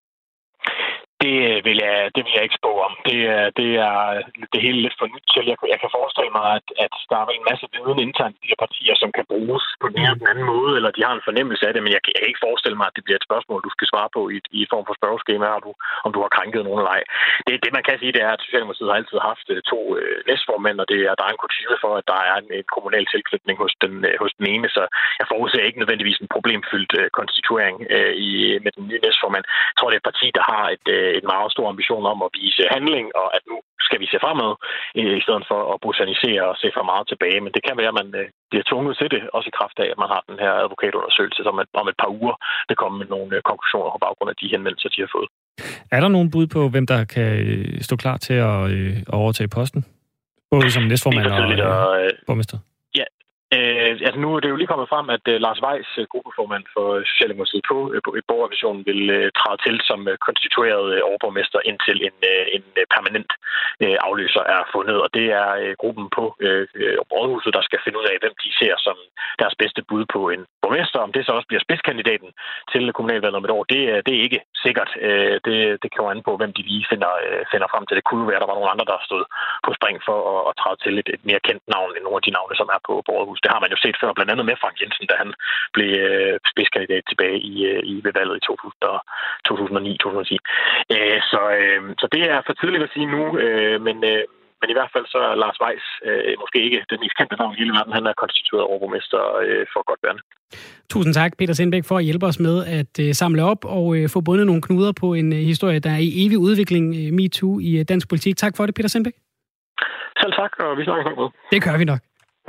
Det vil jeg ikke spå om. Det er det hele lidt for nyt til. Jeg kan forestille mig, at der er en masse viden internt i de her partier, som kan bruges på den ene eller den anden måde, eller de har en fornemmelse af det, men jeg kan ikke forestille mig, at det bliver et spørgsmål, du skal svare på i form for spørgeskema, om du har krænket nogen eller ej. Det man kan sige, det er, at Socialdemokratiet har altid haft 2 næstformænd, og der er en kutyme for, at der er en kommunal tilknytning hos den ene, så jeg forudser ikke nødvendigvis en problemfyldt konstituering med den nye næstformand. Jeg tror, det er et parti, der har en meget stor ambition om at vise handling, og at nu skal vi se fremad, i stedet for at botanisere og se for meget tilbage. Men det kan være, at man bliver tvunget til det, også i kraft af, at man har den her advokatundersøgelse, som om et par uger vil komme med nogle konklusioner på baggrund af de henvendelser, de har fået. Er der nogen bud på, hvem der kan stå klar til at overtage posten? Både som næstformand og borgmester? Ja, altså nu er det jo lige kommet frem, at Lars Weiss, gruppeformand for Socialdemokratiet på borgervisionen, vil træde til som konstitueret overborgmester, indtil en permanent afløser er fundet. Og det er gruppen på rådhuset, der skal finde ud af, hvem de ser som deres bedste bud på en borgmester. Om det så også bliver spidskandidaten til kommunalvalget om et år, det er ikke sikkert. Det kommer an på, hvem de lige finder frem til. Det kunne jo være, at der var nogle andre, der stod på spring for at træde til et mere kendt navn end nogle af de navne, som er på rådhuset. Det har man jo set før, blandt andet med Frank Jensen, da han blev spidskandidat tilbage ved valget i 2009-2010. Så det er for tidligt at sige nu, men i hvert fald så er Lars Weiss måske ikke den mest kendte navn i hele verden. Han er konstitueret overborgmester for godt værende. Tusind tak, Peter Sindbæk, for at hjælpe os med at samle op og få bundet nogle knuder på en historie, der er i evig udvikling, MeToo, i dansk politik. Tak for det, Peter Sindbæk. Selv tak, og vi snakker nok med. Det gør vi nok.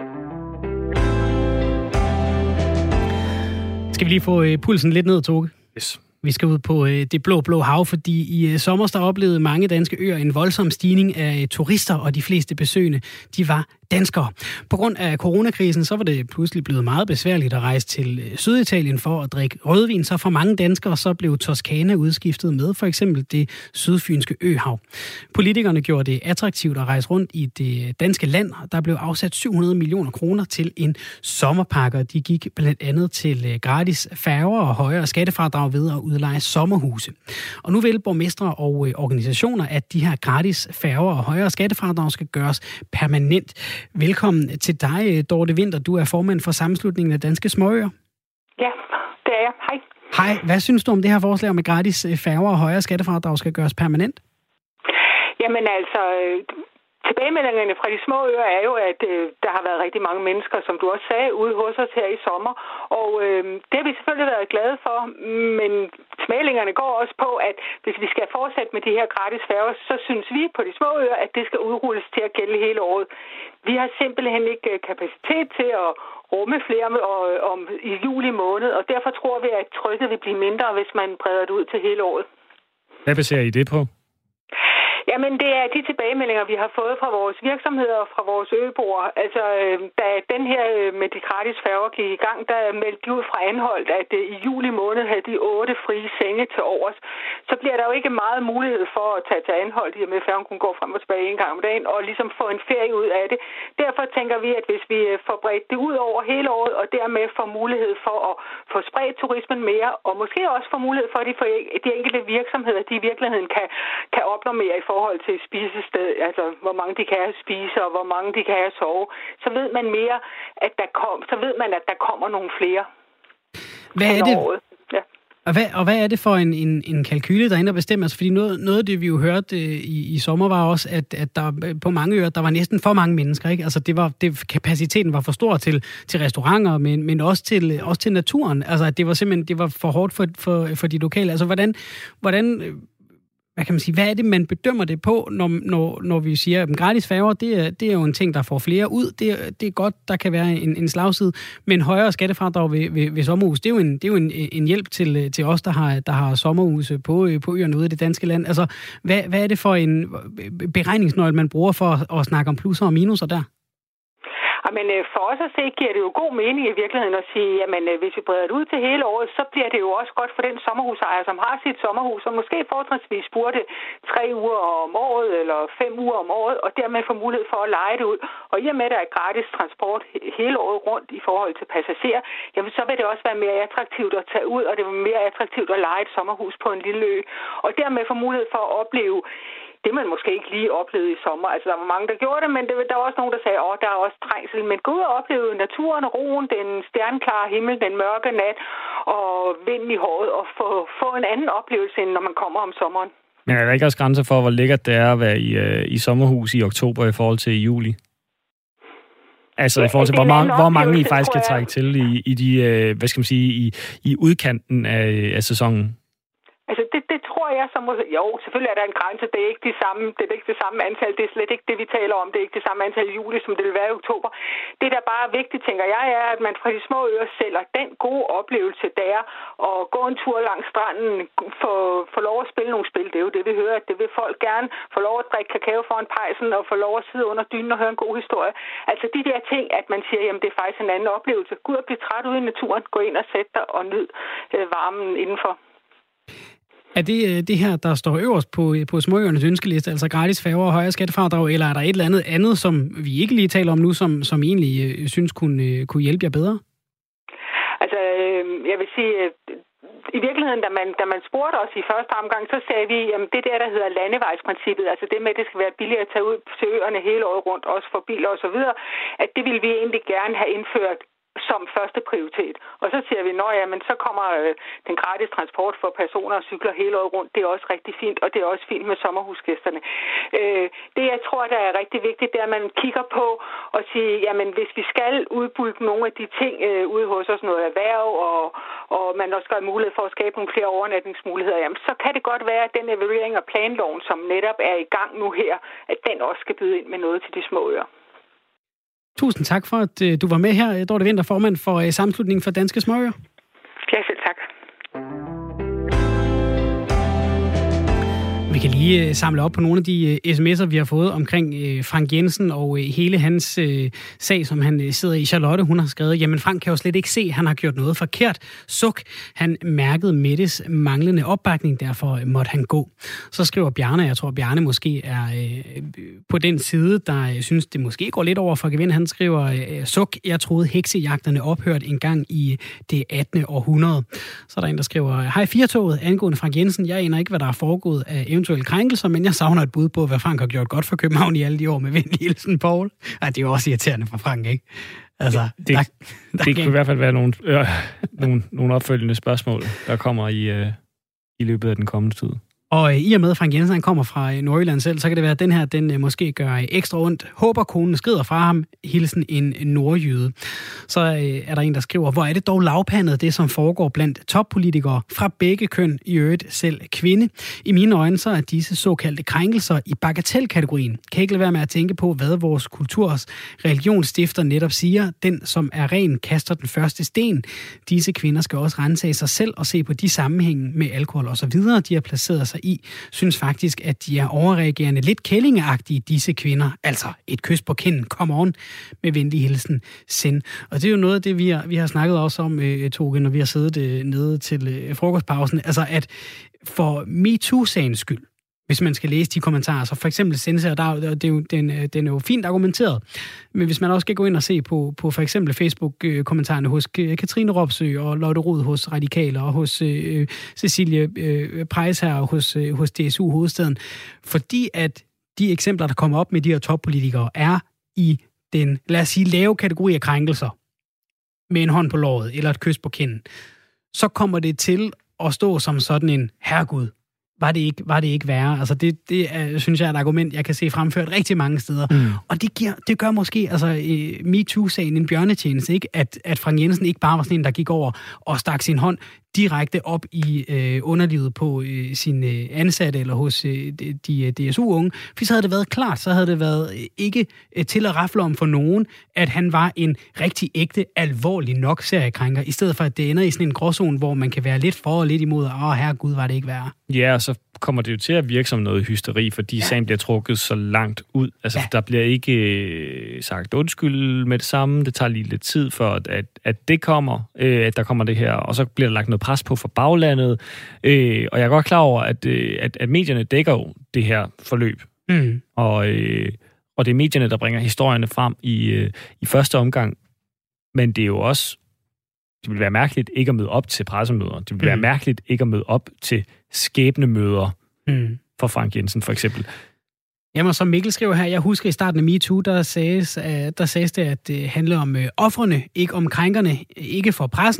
Skal vi lige få pulsen lidt ned, Toge? Yes. Vi skal ud på det blå hav, fordi i sommer der oplevede mange danske øer en voldsom stigning af turister, og de fleste besøgende, de var danskere. På grund af coronakrisen, så var det pludselig blevet meget besværligt at rejse til Syditalien for at drikke rødvin, så for mange danskere så blev Toskana udskiftet med for eksempel det sydfynske øhav. Politikerne gjorde det attraktivt at rejse rundt i det danske land, og der blev afsat 700 millioner kroner til en sommerpakke, de gik blandt andet til gratis færger og højere skattefradrag ved at udleje sommerhuse. Og nu vil borgmestre og organisationer, at de her gratis færger og højere skattefradrag skal gøres permanent. Velkommen til dig, Dorte Winther. Du er formand for Sammenslutningen af Danske Småøer. Ja, det er jeg. Hej. Hej. Hvad synes du om det her forslag om, at gratis færger og højere skattefradrag skal gøres permanent? Jamen altså, tilbagemeldingerne fra de små øer er jo, at der har været rigtig mange mennesker, som du også sagde, ude hos os her i sommer. Og det har vi selvfølgelig været glade for, men smalingerne går også på, at hvis vi skal fortsætte med de her gratis færger, så synes vi på de små øer, at det skal udrulles til at gælde hele året. Vi har simpelthen ikke kapacitet til at rumme flere i juli måned, og derfor tror vi, at trykket vil blive mindre, hvis man breder det ud til hele året. Hvad baserer I det på? Jamen, det er de tilbagemeldinger, vi har fået fra vores virksomheder og fra vores øboere. Altså, da den her med de gratis færger gik i gang, der meldte de ud fra Anholt, at i juli måned havde de 8 frie senge til overs. Så bliver der jo ikke meget mulighed for at tage til Anholt, i og med at færgen kunne gå frem og tilbage en gang om dagen, og ligesom få en ferie ud af det. Derfor tænker vi, at hvis vi får bredt det ud over hele året, og dermed får mulighed for at få spredt turismen mere, og måske også får mulighed for, at de enkelte virksomheder, de i virkeligheden kan opnå mere i forhold til spisested, altså hvor mange de kan spise, og hvor mange de kan sove, så ved man mere, at der kommer nogle flere. Hvad er det? Ja. Og hvad er det for en kalkyle, der ender bestemmer? Altså, fordi noget af det, vi jo hørte i sommer, var også, at der på mange øer, der var næsten for mange mennesker, ikke? Altså, kapaciteten var for stor til restauranter, men også til naturen. Altså, at det var for hårdt for de lokale. Altså, hvordan hvad kan man sige, hvad er det, man bedømmer det på, når vi siger, at gratis færger, det er jo en ting, der får flere ud. Det er godt, der kan være en slagside, men højere skattefradrag ved sommerhus, det er jo en hjælp til os, der har sommerhuse på øerne ude i det danske land. Altså, hvad er det for en beregningsnøgle, man bruger for at snakke om plusser og minuser der? Men for os at se, giver det jo god mening i virkeligheden at sige, jamen hvis vi breder det ud til hele året, så bliver det jo også godt for den sommerhusejer, som har sit sommerhus, og måske fortrinsvis burde 3 uger om året eller 5 uger om året, og dermed få mulighed for at leje det ud. Og i og med, at der er gratis transport hele året rundt i forhold til passagerer, jamen så vil det også være mere attraktivt at tage ud, og det vil mere attraktivt at leje et sommerhus på en lille ø. Og dermed få mulighed for at opleve det, man måske ikke lige oplevede i sommer. Altså, der var mange, der gjorde det, men der var også nogen, der sagde, der er også trængsel. Men gå ud og opleve naturen, roen, den stjerneklare himmel, den mørke nat og vinden i håret, og få en anden oplevelse, end når man kommer om sommeren. Men er der ikke også grænser for, hvor lækkert det er at være i sommerhus i oktober i forhold til juli? Altså i forhold til, hvor mange I faktisk kan trække til i de, hvad skal man sige, i udkanten af sæsonen? Altså, det tror tror jeg, så jo, selvfølgelig er der en grænse. Det er ikke det samme antal. Det er slet ikke det, vi taler om. Det er ikke det samme antal i juli, som det vil være i oktober. Det, der bare er vigtigt, tænker jeg, er, at man fra de små øer sælger den gode oplevelse, der og gå en tur langs stranden, få lov at spille nogle spil. Det er jo det, vi hører. Det vil folk gerne få lov at drikke kakao foran pejsen og få lov at sidde under dynen og høre en god historie. Altså de der ting, at man siger, jamen det er faktisk en anden oplevelse. Gå ud og blive træt ude i naturen. Gå ind og sæt dig og nyd varmen indenfor. Er det her, der står øverst på småøernes ønskeliste, altså gratis færger og højere skattefradrag, eller er der et eller andet, som vi ikke lige taler om nu, som egentlig synes kunne hjælpe jer bedre? Altså, jeg vil sige, i virkeligheden, da man spurgte os i første omgang, så sagde vi, at det der hedder landevejsprincippet, altså det med, at det skal være billigere at tage ud til øerne hele året rundt, også for biler og så videre, at det ville vi egentlig gerne have indført som første prioritet. Og så siger vi, men så kommer den gratis transport for personer og cykler hele året rundt. Det er også rigtig fint, og det er også fint med sommerhusgæsterne. Det, jeg tror, der er rigtig vigtigt, det er, at man kigger på og siger, jamen hvis vi skal udbygge nogle af de ting ude hos os, noget erhverv, og man også har mulighed for at skabe nogle flere overnatningsmuligheder, jamen så kan det godt være, at den evaluering af planloven, som netop er i gang nu her, at den også skal byde ind med noget til de små øer. Tusind tak for, at du var med her, Dorte Winther, formand for Sammenslutningen for Danske Småøer. Ja, selv tak. Vi kan lige samle op på nogle af de sms'er, vi har fået omkring Frank Jensen og hele hans sag, som han sidder i. Charlotte, hun har skrevet, jamen Frank kan jo slet ikke se, at han har gjort noget forkert. Suk, han mærkede Mettes manglende opbakning, derfor måtte han gå. Så skriver Bjarne, jeg tror Bjarne måske er på den side, der synes, det måske går lidt over for gevind. Han skriver, Suk, jeg troede heksejagterne ophørte en gang i det 18. århundrede. Så er der en, der skriver, hej Firtoget, angående Frank Jensen, jeg aner ikke, hvad der er foregået af eventuelle krænkelser, men jeg savner et bud på, hvad Frank har gjort godt for København i alle de år med venlig hilsen, Poul. Det er jo også irriterende for Frank, ikke? Altså, det kunne i hvert fald være nogle opfølgende spørgsmål, der kommer i løbet af den kommende tid. Og i og med, at Frank Jensen han kommer fra Nordjylland selv, så kan det være, at den her, den måske gør ekstra ondt. Håber konen skrider fra ham, hilsen en nordjyde. Så er der en, der skriver, hvor er det dog lavpandet, det som foregår blandt toppolitikere fra begge køn, i øvrigt selv kvinde. I mine øjne, så er disse såkaldte krænkelser i bagatelkategorien. Kan ikke lade være med at tænke på, hvad vores kulturs religionsstifter netop siger. Den, som er ren, kaster den første sten. Disse kvinder skal også rense sig selv og se på de sammenhænge med alkohol og så videre, de har placeret sig i, synes faktisk, at de er overreagerende lidt kællingeagtige, disse kvinder. Altså et kys på kinden, come on, med venlig hilsen, send. Og det er jo noget af det, vi har snakket også om, Toge, når vi har siddet nede til frokostpausen. Altså at for MeToo-sagens skyld, hvis man skal læse de kommentarer, så for eksempel Sense, den er jo fint argumenteret, men hvis man også skal gå ind og se på for eksempel Facebook-kommentarerne hos Katrine Robsø og Lotte Rod hos Radikale og hos Cecilie Preis her hos DSU Hovedstaden, fordi at de eksempler, der kommer op med de her toppolitikere, er i den, lad os sige, lave kategori af krænkelser med en hånd på låret eller et kys på kinden, så kommer det til at stå som sådan en herregud. Var det ikke værre? Altså det er, synes jeg, er et argument, jeg kan se fremført rigtig mange steder. Og det gør måske MeToo-sagen en bjørnetjeneste, ikke? At Frank Jensen ikke bare var sådan en, der gik over og stak sin hånd direkte op i underlivet på sine ansatte eller hos de DSU-unge. For så havde det været klart, så havde det været ikke til at rafle om for nogen, at han var en rigtig ægte, alvorlig nok seriekrænker, i stedet for at det ender i sådan en gråzone, hvor man kan være lidt for og lidt imod, herregud, var det ikke værre. Ja, og så kommer det jo til at virke som noget hysteri, fordi sagen bliver trukket så langt ud. Altså, der bliver ikke sagt undskyld med det samme. Det tager lige lidt tid for, at det kommer, at der kommer det her, og så bliver der lagt noget pres på for baglandet. Og jeg er godt klar over, at medierne dækker jo det her forløb. Og det er medierne, der bringer historierne frem i første omgang. Men det er jo også, det vil være mærkeligt ikke at møde op til pressemøder. Det vil være mærkeligt ikke at møde op til skæbnemøder for Frank Jensen, for eksempel. Jamen, som Mikkel skriver her, jeg husker i starten af MeToo, der sagdes det, at det handler om ofrene, ikke om krænkerne, ikke for pressen.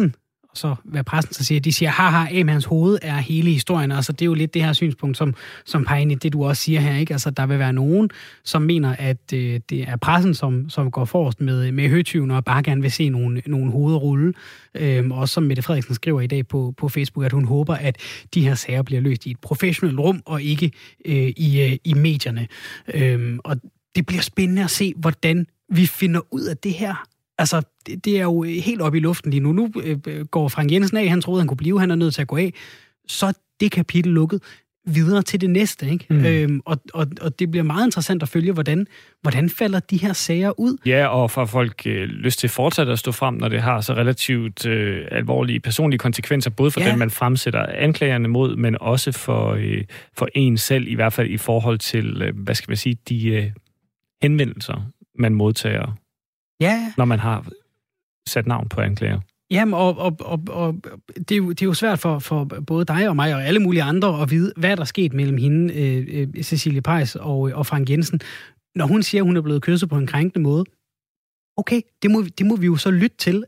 så hvad pressen så siger, de siger, haha, Amans hoved er hele historien. Altså, det er jo lidt det her synspunkt, som peger ind i det, du også siger her, ikke? Altså, der vil være nogen, som mener, at det er pressen, som går forrest med høtyven og bare gerne vil se nogle hoveder rulle. Også som Mette Frederiksen skriver i dag på Facebook, at hun håber, at de her sager bliver løst i et professionelt rum og ikke i medierne. Og det bliver spændende at se, hvordan vi finder ud af det her. Altså, det er jo helt oppe i luften lige nu. Nu går Frank Jensen af, han troede, han kunne blive, han er nødt til at gå af. Så er det kapitel lukket videre til det næste, ikke? Og det bliver meget interessant at følge, hvordan falder de her sager ud. Ja, og får folk lyst til fortsat at stå frem, når det har så relativt alvorlige personlige konsekvenser, både for den, man fremsætter anklagerne mod, men også for en selv, i hvert fald i forhold til, hvad skal man sige, de henvendelser, man modtager. Ja. Når man har sat navn på anklager. Jamen, og det er jo svært for både dig og mig og alle mulige andre at vide, hvad der er sket mellem hende, Cecilie Peis og Frank Jensen. Når hun siger, at hun er blevet kysset på en krænkende måde, okay, det må vi jo så lytte til.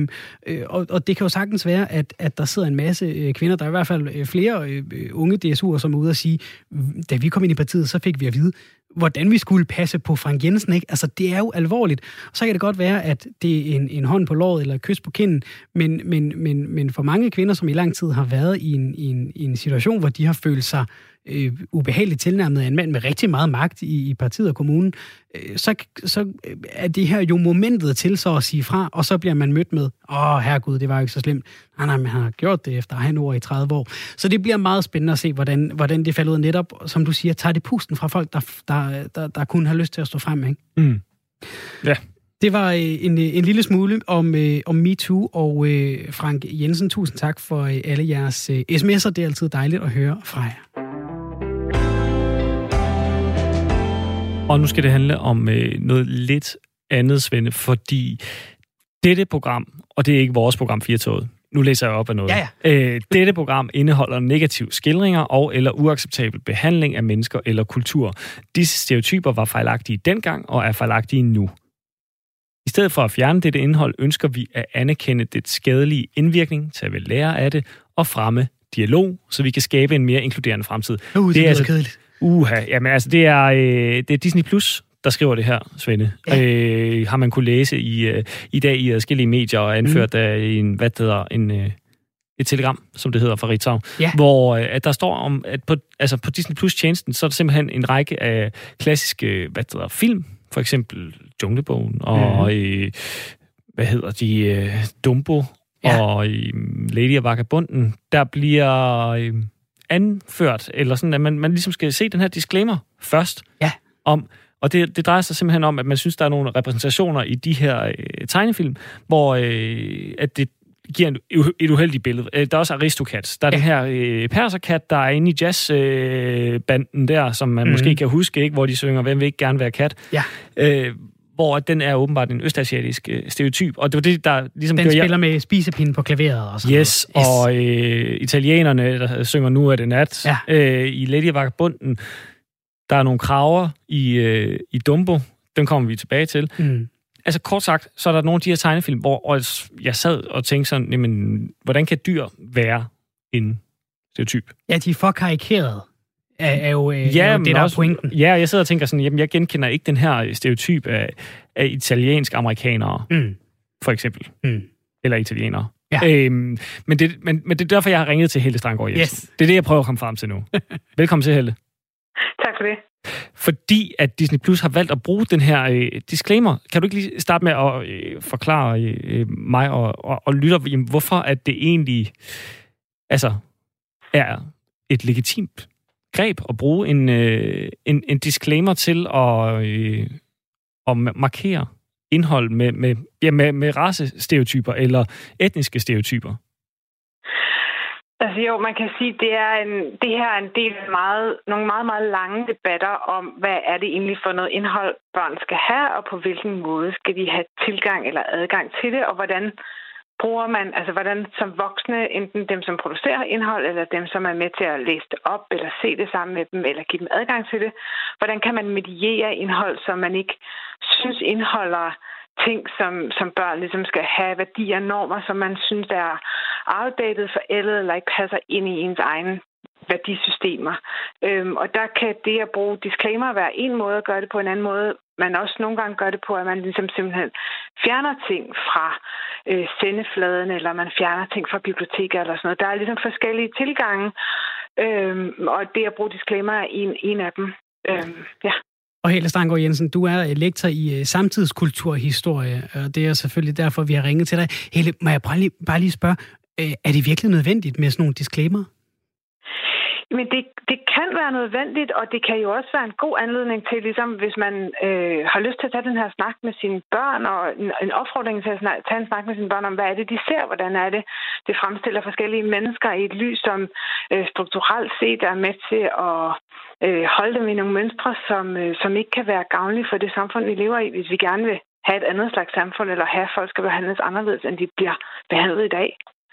Og det kan jo sagtens være, at der sidder en masse kvinder, der er i hvert fald flere unge DSU'er, som er ude og sige, da vi kom ind i partiet, så fik vi at vide, hvordan vi skulle passe på Frank Jensen, ikke? Altså, det er jo alvorligt. Og så kan det godt være, at det er en hånd på låret eller et kys på kinden, men for mange kvinder, som i lang tid har været i en situation, hvor de har følt sig ubehageligt tilnærmet af en mand med rigtig meget magt i partiet og kommunen, så er det her jo momentet til så at sige fra, og så bliver man mødt med, herregud, det var jo ikke så slemt. Nej, man har gjort det efter at have en ord i 30 år. Så det bliver meget spændende at se, hvordan det falder ud netop, som du siger, tager det pusten fra folk, der kunne have lyst til at stå frem, ikke? Mm. Ja. Det var en lille smule om MeToo og Frank Jensen. Tusind tak for alle jeres sms'er. Det er altid dejligt at høre fra jer. Og nu skal det handle om noget lidt andet, Svende, fordi dette program, og det er ikke vores program 4-toget, nu læser jeg op af noget. Ja. Dette program indeholder negative skildringer og eller uacceptabel behandling af mennesker eller kultur. Disse stereotyper var fejlagtige dengang og er fejlagtige nu. I stedet for at fjerne dette indhold, ønsker vi at anerkende det skadelige indvirkning, tage ved lære af det og fremme dialog, så vi kan skabe en mere inkluderende fremtid. Det er altså kedeligt. Jamen altså, det er Disney Plus, der skriver det her, Svende. Ja. Har man kunne læse i dag i forskellige medier og anført af et telegram, som det hedder, fra Ritzau, hvor at der står om, at på Disney Plus-tjenesten, så er der simpelthen en række af klassiske, film, for eksempel Junglebogen og Dumbo og Lady og Vagabunden, der bliver anført, eller sådan, at man ligesom skal se den her disclaimer først om, og det drejer sig simpelthen om, at man synes, der er nogle repræsentationer i de her tegnefilm, hvor at det giver et uheldigt billede. Der er også Aristocats. Der er den her perserkat, der er inde i jazzbanden der, som man måske kan huske, ikke, hvor de synger, hvem vil ikke gerne være kat? Ja. Hvor den er åbenbart en østasiatisk stereotyp. Og det var det, der ligesom... Den spiller med spisepinden på klaveret og sådan noget. Og italienerne, der synger Nu er det nat. Ja. I Lady og Vagabunden, der er nogle kraver i Dumbo. Dem kommer vi tilbage til. Mm. Altså kort sagt, så er der nogle af de her tegnefilm, hvor jeg sad og tænkte sådan, jamen, hvordan kan dyr være en stereotyp? Ja, de er for karikeret. Er jo det, der er pointen. Ja, jeg sidder og tænker sådan, jamen, jeg genkender ikke den her stereotyp af italiensk-amerikanere, for eksempel. Mm. Eller italienere. Ja. Men det er derfor, jeg har ringet til Helle Strandgaard Jensen. Yes. Det er det, jeg prøver at komme frem til nu. Velkommen til, Helle. Tak for det. Fordi at Disney Plus har valgt at bruge den her disclaimer. Kan du ikke lige starte med at forklare mig og lytter, hvorfor at det egentlig er et legitimt greb at bruge en disclaimer til at markere indhold med racestereotyper eller etniske stereotyper? Altså jo, man kan sige, at det her er en del af nogle meget, meget lange debatter om, hvad er det egentlig for noget indhold, børn skal have, og på hvilken måde skal de have tilgang eller adgang til det, og hvordan bruger man, altså hvordan som voksne, enten dem, som producerer indhold, eller dem, som er med til at læse det op, eller se det sammen med dem, eller give dem adgang til det, hvordan kan man mediere indhold, som man ikke synes indeholder ting, som børn ligesom skal have, værdier og normer, som man synes er outdated, forældet eller ikke passer ind i ens egen værdisystemer. Og der kan det at bruge disclaimer være en måde at gøre det på, en anden måde, man også nogle gange gør det på, at man ligesom simpelthen fjerner ting fra sendefladen, eller man fjerner ting fra biblioteker eller sådan noget. Der er ligesom forskellige tilgange, og det at bruge disclaimer er en af dem. Ja. Og Helle Strandgaard Jensen, du er lektor i samtidskulturhistorie, og det er selvfølgelig derfor, vi har ringet til dig. Helle, må jeg bare lige spørge, er det virkelig nødvendigt med sådan nogle disclaimer? Men det kan være nødvendigt, og det kan jo også være en god anledning til, ligesom hvis man har lyst til at tage den her snak med sine børn, og en opfordring til at tage en snak med sine børn om, hvad er det, de ser, hvordan er det. Det fremstiller forskellige mennesker i et lys, som strukturelt set er med til at holde dem i nogle mønstre, som ikke kan være gavnlige for det samfund, vi lever i, hvis vi gerne vil have et andet slags samfund, eller have, at folk skal behandles anderledes, end de bliver behandlet i dag.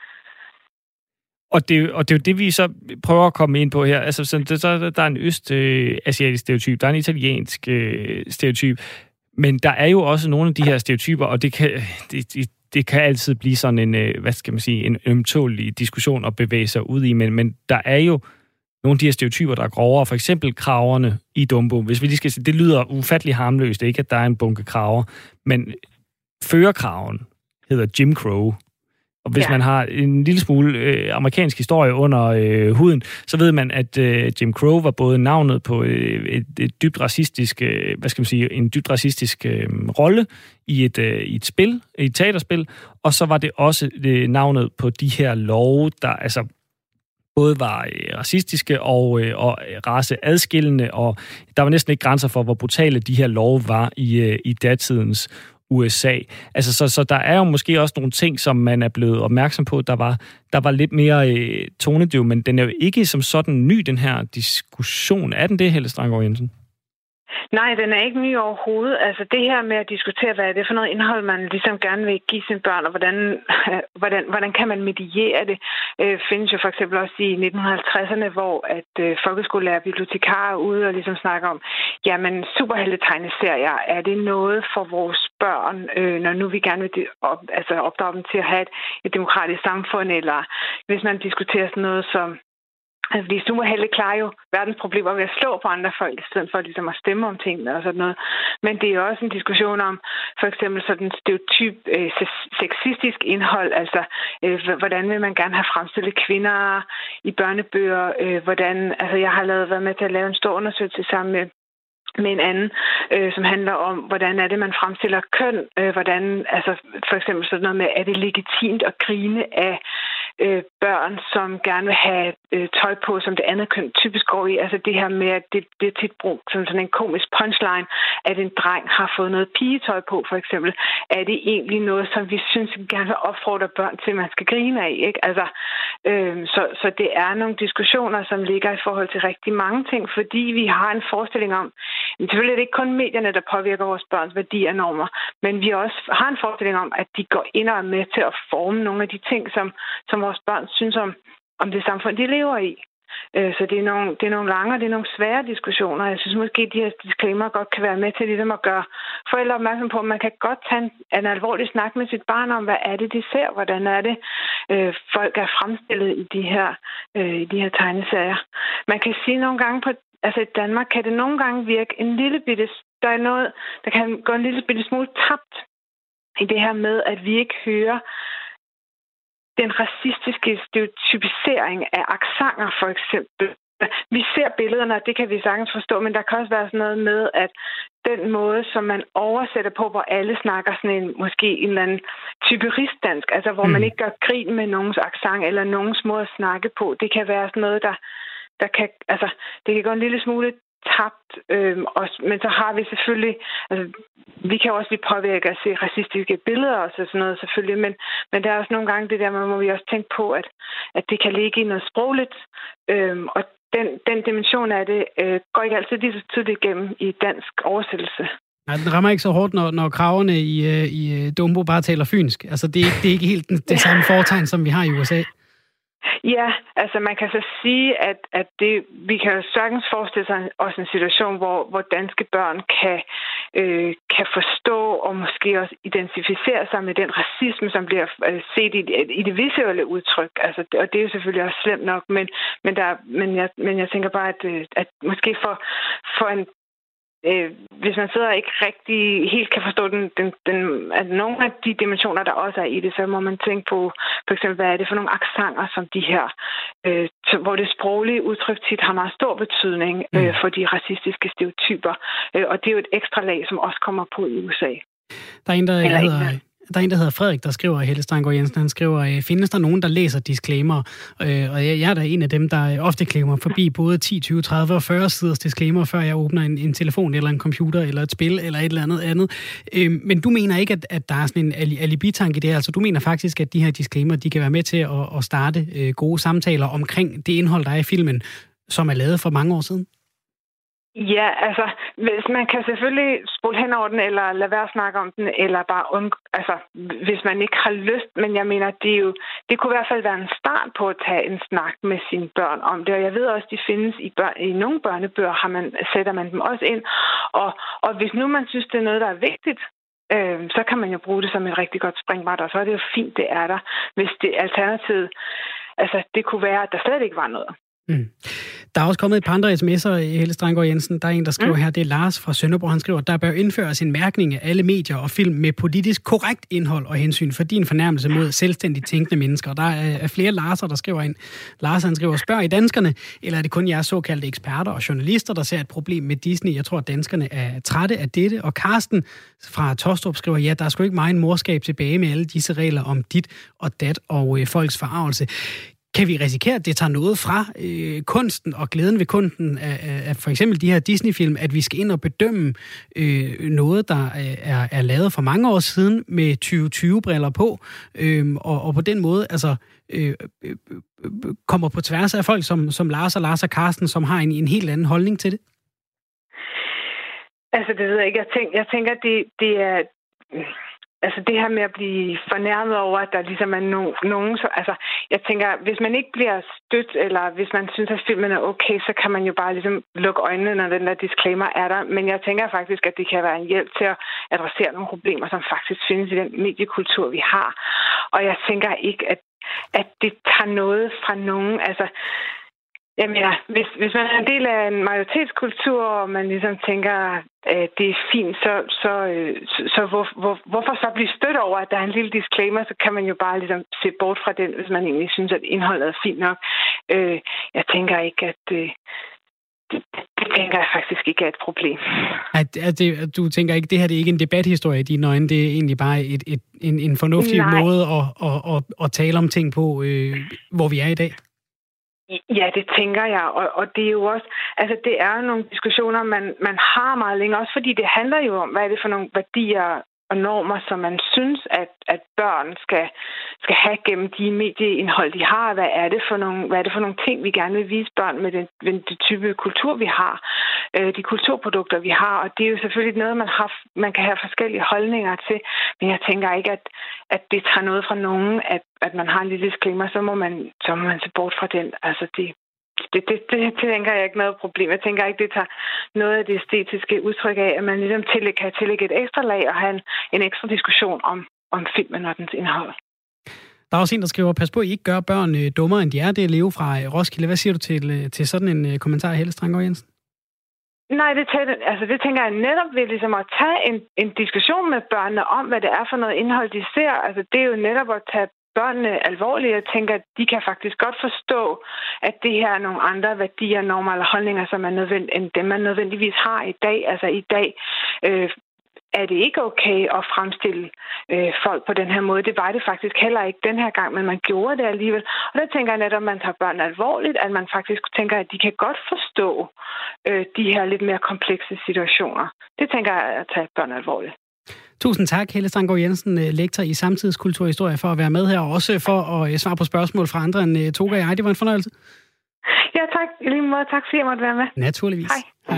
Og det er jo det, vi så prøver at komme ind på her. Altså, der er en østasiatisk stereotyp, der er en italiensk stereotyp, men der er jo også nogle af de her stereotyper, og det kan altid blive sådan en, en ømtålig diskussion at bevæge sig ud i, men der er jo nogle af de her stereotyper, der er grovere. For eksempel kraverne i Dumbo. Hvis vi lige skal sige, det lyder ufattelig harmløst, ikke at der er en bunke kraver, men førerkraven hedder Jim Crow. Og hvis man har en lille smule amerikansk historie under huden, så ved man, at Jim Crow var både navnet på et dybt racistisk, en dybt racistisk rolle i et spil, et teaterspil, og så var det også navnet på de her love, der altså både var racistiske og raceadskillende, og der var næsten ikke grænser for, hvor brutale de her love var i datidens USA. Altså, så der er jo måske også nogle ting, som man er blevet opmærksom på, der var lidt mere tonedøv, men den er jo ikke som sådan ny, den her diskussion. Er den det, Helle Strandgaard Jensen? Nej, den er ikke ny overhovedet. Altså det her med at diskutere, hvad er det for noget indhold, man ligesom gerne vil give sine børn, og hvordan kan man mediere det, findes jo for eksempel også i 1950'erne, hvor at folkeskolelærer bibliotekarer ude og ligesom snakker om, jamen superheltetegneserier, er det noget for vores børn, når nu vi gerne vil opdrage dem til at have et demokratisk samfund, eller hvis man diskuterer sådan noget som fordi superhelte klarer jo verdens problemer ved at slå på andre folk, i stedet for ligesom at stemme om tingene og sådan noget. Men det er jo også en diskussion om for eksempel sådan stereotyp sexistisk indhold, altså hvordan vil man gerne have fremstillet kvinder i børnebøger, jeg har været med til at lave en stor undersøgelse sammen med en anden, som handler om, hvordan er det, man fremstiller køn, for eksempel sådan noget med, er det legitimt at grine af børn, som gerne vil have tøj på, som det andet køn typisk går i. Altså det her med, at det bliver tit brugt som sådan en komisk punchline, at en dreng har fået noget pigetøj på, for eksempel. Er det egentlig noget, som vi synes, vi gerne vil opfordre børn til, man skal grine af, ikke? Altså, så det er nogle diskussioner, som ligger i forhold til rigtig mange ting, fordi vi har en forestilling om, men selvfølgelig er det ikke kun medierne, der påvirker vores børns værdier og normer, men vi også har en forestilling om, at de går ind og er med til at forme nogle af de ting, som vores børn synes om det samfund, de lever i. Så det er nogle lange og det er nogle svære diskussioner. Jeg synes måske, at de her disclaimer godt kan være med til ligesom at gøre forældre opmærksom på, at man kan godt tage en alvorlig snak med sit barn om, hvad er det, de ser, hvordan er det, folk er fremstillet i de her tegneserier. Man kan sige nogle gange i Danmark kan det nogle gange virke en lille bitte, der er noget, der kan gå en lille bitte smule tabt i det her med, at vi ikke hører den racistiske stereotypisering af accenter, for eksempel. Vi ser billederne, og det kan vi sagtens forstå, men der kan også være sådan noget med, at den måde, som man oversætter på, hvor alle snakker sådan måske en eller anden type rigsdansk, altså hvor man ikke gør grin med nogens accent eller nogens måde at snakke på, det kan være sådan noget, der kan, altså det kan gå en lille smule tabt, men så har vi selvfølgelig, altså vi kan også blive påvirket af at se racistiske billeder og sådan noget selvfølgelig, men der er også nogle gange det der, man må vi også tænke på, at det kan ligge i noget sprogligt, og den dimension af det går ikke altid lige så tydeligt igennem i dansk oversættelse. Nej, den rammer ikke så hårdt, når kraverne i Dumbo bare taler fynsk. Altså det er ikke helt det samme foretegn, som vi har i USA. Ja, altså man kan så sige, at vi kan jo sagtens forestille sig også en situation, hvor danske børn kan kan forstå og måske også identificere sig med den racisme, som bliver set i det visuelle udtryk. Altså, og det er jo selvfølgelig også slemt nok, men jeg tænker bare, at måske for en hvis man sidder og ikke rigtig helt kan forstå at nogle af de dimensioner, der også er i det, så må man tænke på, for eksempel, hvad er det for nogle accenter, som de her, hvor det sproglige udtryk tit har meget stor betydning for de racistiske stereotyper. Og det er jo et ekstra lag, som også kommer på i USA. Der er en, der hedder Frederik, der skriver, Helle Strandgaard Jensen, han skriver, findes der nogen, der læser disclaimer? Og jeg er da en af dem, der ofte klemmer forbi både 10, 20, 30 og 40 siders disclaimer, før jeg åbner en telefon eller en computer eller et spil eller et eller andet. Men du mener ikke, at der er sådan en alibi-tanke i det her? Altså du mener faktisk, at de her disclaimer, de kan være med til at starte gode samtaler omkring det indhold, der er i filmen, som er lavet for mange år siden? Ja, altså, hvis man kan selvfølgelig spole hen over den, eller lade være at snakke om den, eller bare hvis man ikke har lyst, men jeg mener, det kunne i hvert fald være en start på at tage en snak med sine børn om det, og jeg ved også, de findes i nogle børnebøger, sætter man dem også ind, og hvis nu man synes, det er noget, der er vigtigt, så kan man jo bruge det som et rigtig godt springbræt, og så er det jo fint, det er der. Hvis det alternativet, altså det kunne være, at der slet ikke var noget. Der er også kommet et par andre sms'er, Helle Strandgaard Jensen. Der er en, der skriver her, det er Lars fra Sønderborg. Han skriver, at der bør indføres en mærkning af alle medier og film med politisk korrekt indhold og hensyn for din fornærmelse mod selvstændigt tænkende mennesker. Der er flere Larser, der skriver ind. Lars, han skriver, spørg i danskerne, eller er det kun jeres såkaldte eksperter og journalister, der ser et problem med Disney? Jeg tror, at danskerne er trætte af dette. Og Karsten fra Tostrup skriver, ja, der er sgu ikke meget en morskab tilbage med alle disse regler om dit og dat og folks forarvelse. Kan vi risikere, at det tager noget fra kunsten og glæden ved kunsten af for eksempel de her Disney-film, at vi skal ind og bedømme noget, der er lavet for mange år siden med 2020-briller på, og på den måde kommer på tværs af folk som Lars og Karsten, som har en helt anden holdning til det? Altså, det ved jeg ikke. Jeg tænker, det er... Altså det her med at blive fornærmet over, at der ligesom er nogen... Altså jeg tænker, hvis man ikke bliver stødt, eller hvis man synes, at filmen er okay, så kan man jo bare ligesom lukke øjnene, når den der disclaimer er der. Men jeg tænker faktisk, at det kan være en hjælp til at adressere nogle problemer, som faktisk findes i den mediekultur, vi har. Og jeg tænker ikke, at det tager noget fra nogen... Altså, jamen ja, hvis man er en del af en majoritetskultur, og man ligesom tænker, at det er fint, så hvorfor så blive stødt over, at der er en lille disclaimer, så kan man jo bare ligesom se bort fra den, hvis man egentlig synes, at indholdet er fint nok. Jeg tænker ikke, at... Det tænker jeg faktisk ikke er et problem. Du tænker ikke, det her det er ikke en debathistorie i dine øjne, det er egentlig bare en fornuftig måde at tale om ting på, hvor vi er i dag? Ja, det tænker jeg, og det er jo også, altså det er nogle diskussioner, man har meget længere, også fordi det handler jo om, hvad er det for nogle værdier og normer, som man synes, at børn skal have gennem de medieindhold, de har. Hvad er det for nogle ting, vi gerne vil vise børn med den type kultur, vi har, de kulturprodukter, vi har, og det er jo selvfølgelig noget, man kan have forskellige holdninger til, men jeg tænker ikke, at det tager noget fra nogen, at man har en lille disclaimer, så må man se bort fra den. Altså det tænker jeg ikke noget problem. Jeg tænker ikke, det tager noget af det æstetiske udtryk af, at man ligesom kan tillægge et ekstra lag og have en ekstra diskussion om filmen og dens indhold. Der er også en, der skriver, pas på, at I ikke gør børn dummere, end de er. Det er Leo fra Roskilde. Hvad siger du til sådan en kommentar, Helle Strandgaard Jensen? Nej, det tænker jeg netop ved ligesom at tage en diskussion med børnene om, hvad det er for noget indhold, de ser. Altså det er jo netop at tage børnene alvorligt. Jeg tænker, at de kan faktisk godt forstå, at det her er nogle andre værdier, normer eller holdninger, som er end dem, man nødvendigvis har i dag. Altså i dag er det ikke okay at fremstille folk på den her måde. Det var det faktisk heller ikke den her gang, men man gjorde det alligevel. Og der tænker jeg netop, at man tager børnene alvorligt, at man faktisk tænker, at de kan godt forstå de her lidt mere komplekse situationer. Det tænker jeg at tage børnene alvorligt. Tusind tak, Helle Strandgaard Jensen, lektor i samtidskulturhistorie, for at være med her, og også for at svare på spørgsmål fra andre end Toga og jeg. Det var en fornøjelse. Ja, tak. I lige måde. Tak, fordi jeg måtte være med. Naturligvis. Hej.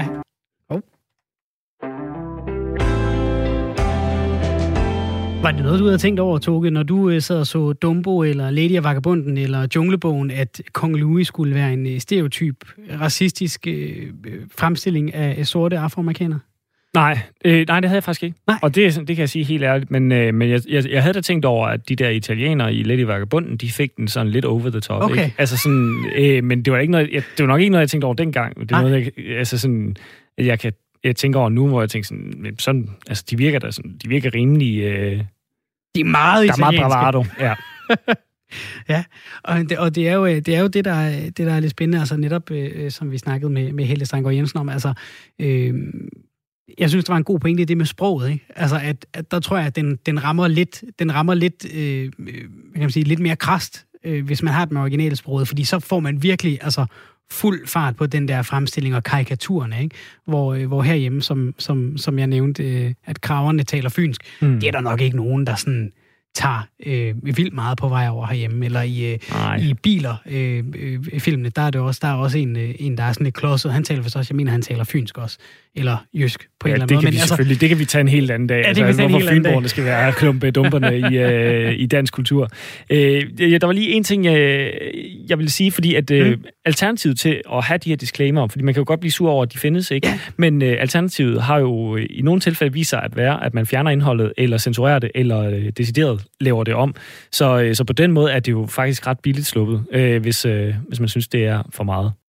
Var det noget, du havde tænkt over, Toge, når du sad og så Dumbo, eller Lady og Vagabunden, eller Junglebogen, at Kong Louis skulle være en stereotyp, racistisk fremstilling af sorte afroamerikanere? Nej, det havde jeg faktisk ikke. Nej. Og det kan jeg sige helt ærligt, men jeg havde da tænkt over, at de der italienere i Let i Vagabunden, de fik den sådan lidt over the top. Okay. Ikke? Altså sådan, men det var ikke noget, det var nok ikke noget, jeg tænkte over dengang. Det er noget, altså sådan, jeg tænker over nu, hvor jeg tænker sådan, altså de virker rimelig. De er meget italienske. Der er meget bravado, ja. Ja, og det er jo det, der er lidt spændende, altså netop, som vi snakkede med Helle Strandgaard Jensen om, altså, jeg synes, der var en god pointe i det med sproget, ikke? Altså, at der tror jeg, at den rammer lidt, kan man sige, lidt mere krast, hvis man har den originale sproget, fordi så får man virkelig, altså, fuld fart på den der fremstilling og karikaturerne, ikke? Hvor herhjemme, som jeg nævnte, at kraverne taler fynsk, det er der nok ikke nogen, der sådan tager vildt meget på vej over herhjemme, eller i biler, filmene, der er også en, der er sådan lidt klodset, han taler vist også, jeg mener, han taler fynsk også, eller jysk på en eller anden måde. Men selvfølgelig, det kan vi tage en helt anden dag, ja, altså, hvorfor fynborgerne skal være klumpedumperne i dansk kultur. Der var lige en ting, jeg ville sige, fordi at alternativet til at have de her disclaimer, fordi man kan jo godt blive sur over, at de findes, ikke? Ja. Men alternativet har jo i nogle tilfælde vist sig at være, at man fjerner indholdet, eller censurerer det, eller decideret laver det om. Så på den måde er det jo faktisk ret billigt sluppet, hvis man synes, det er for meget.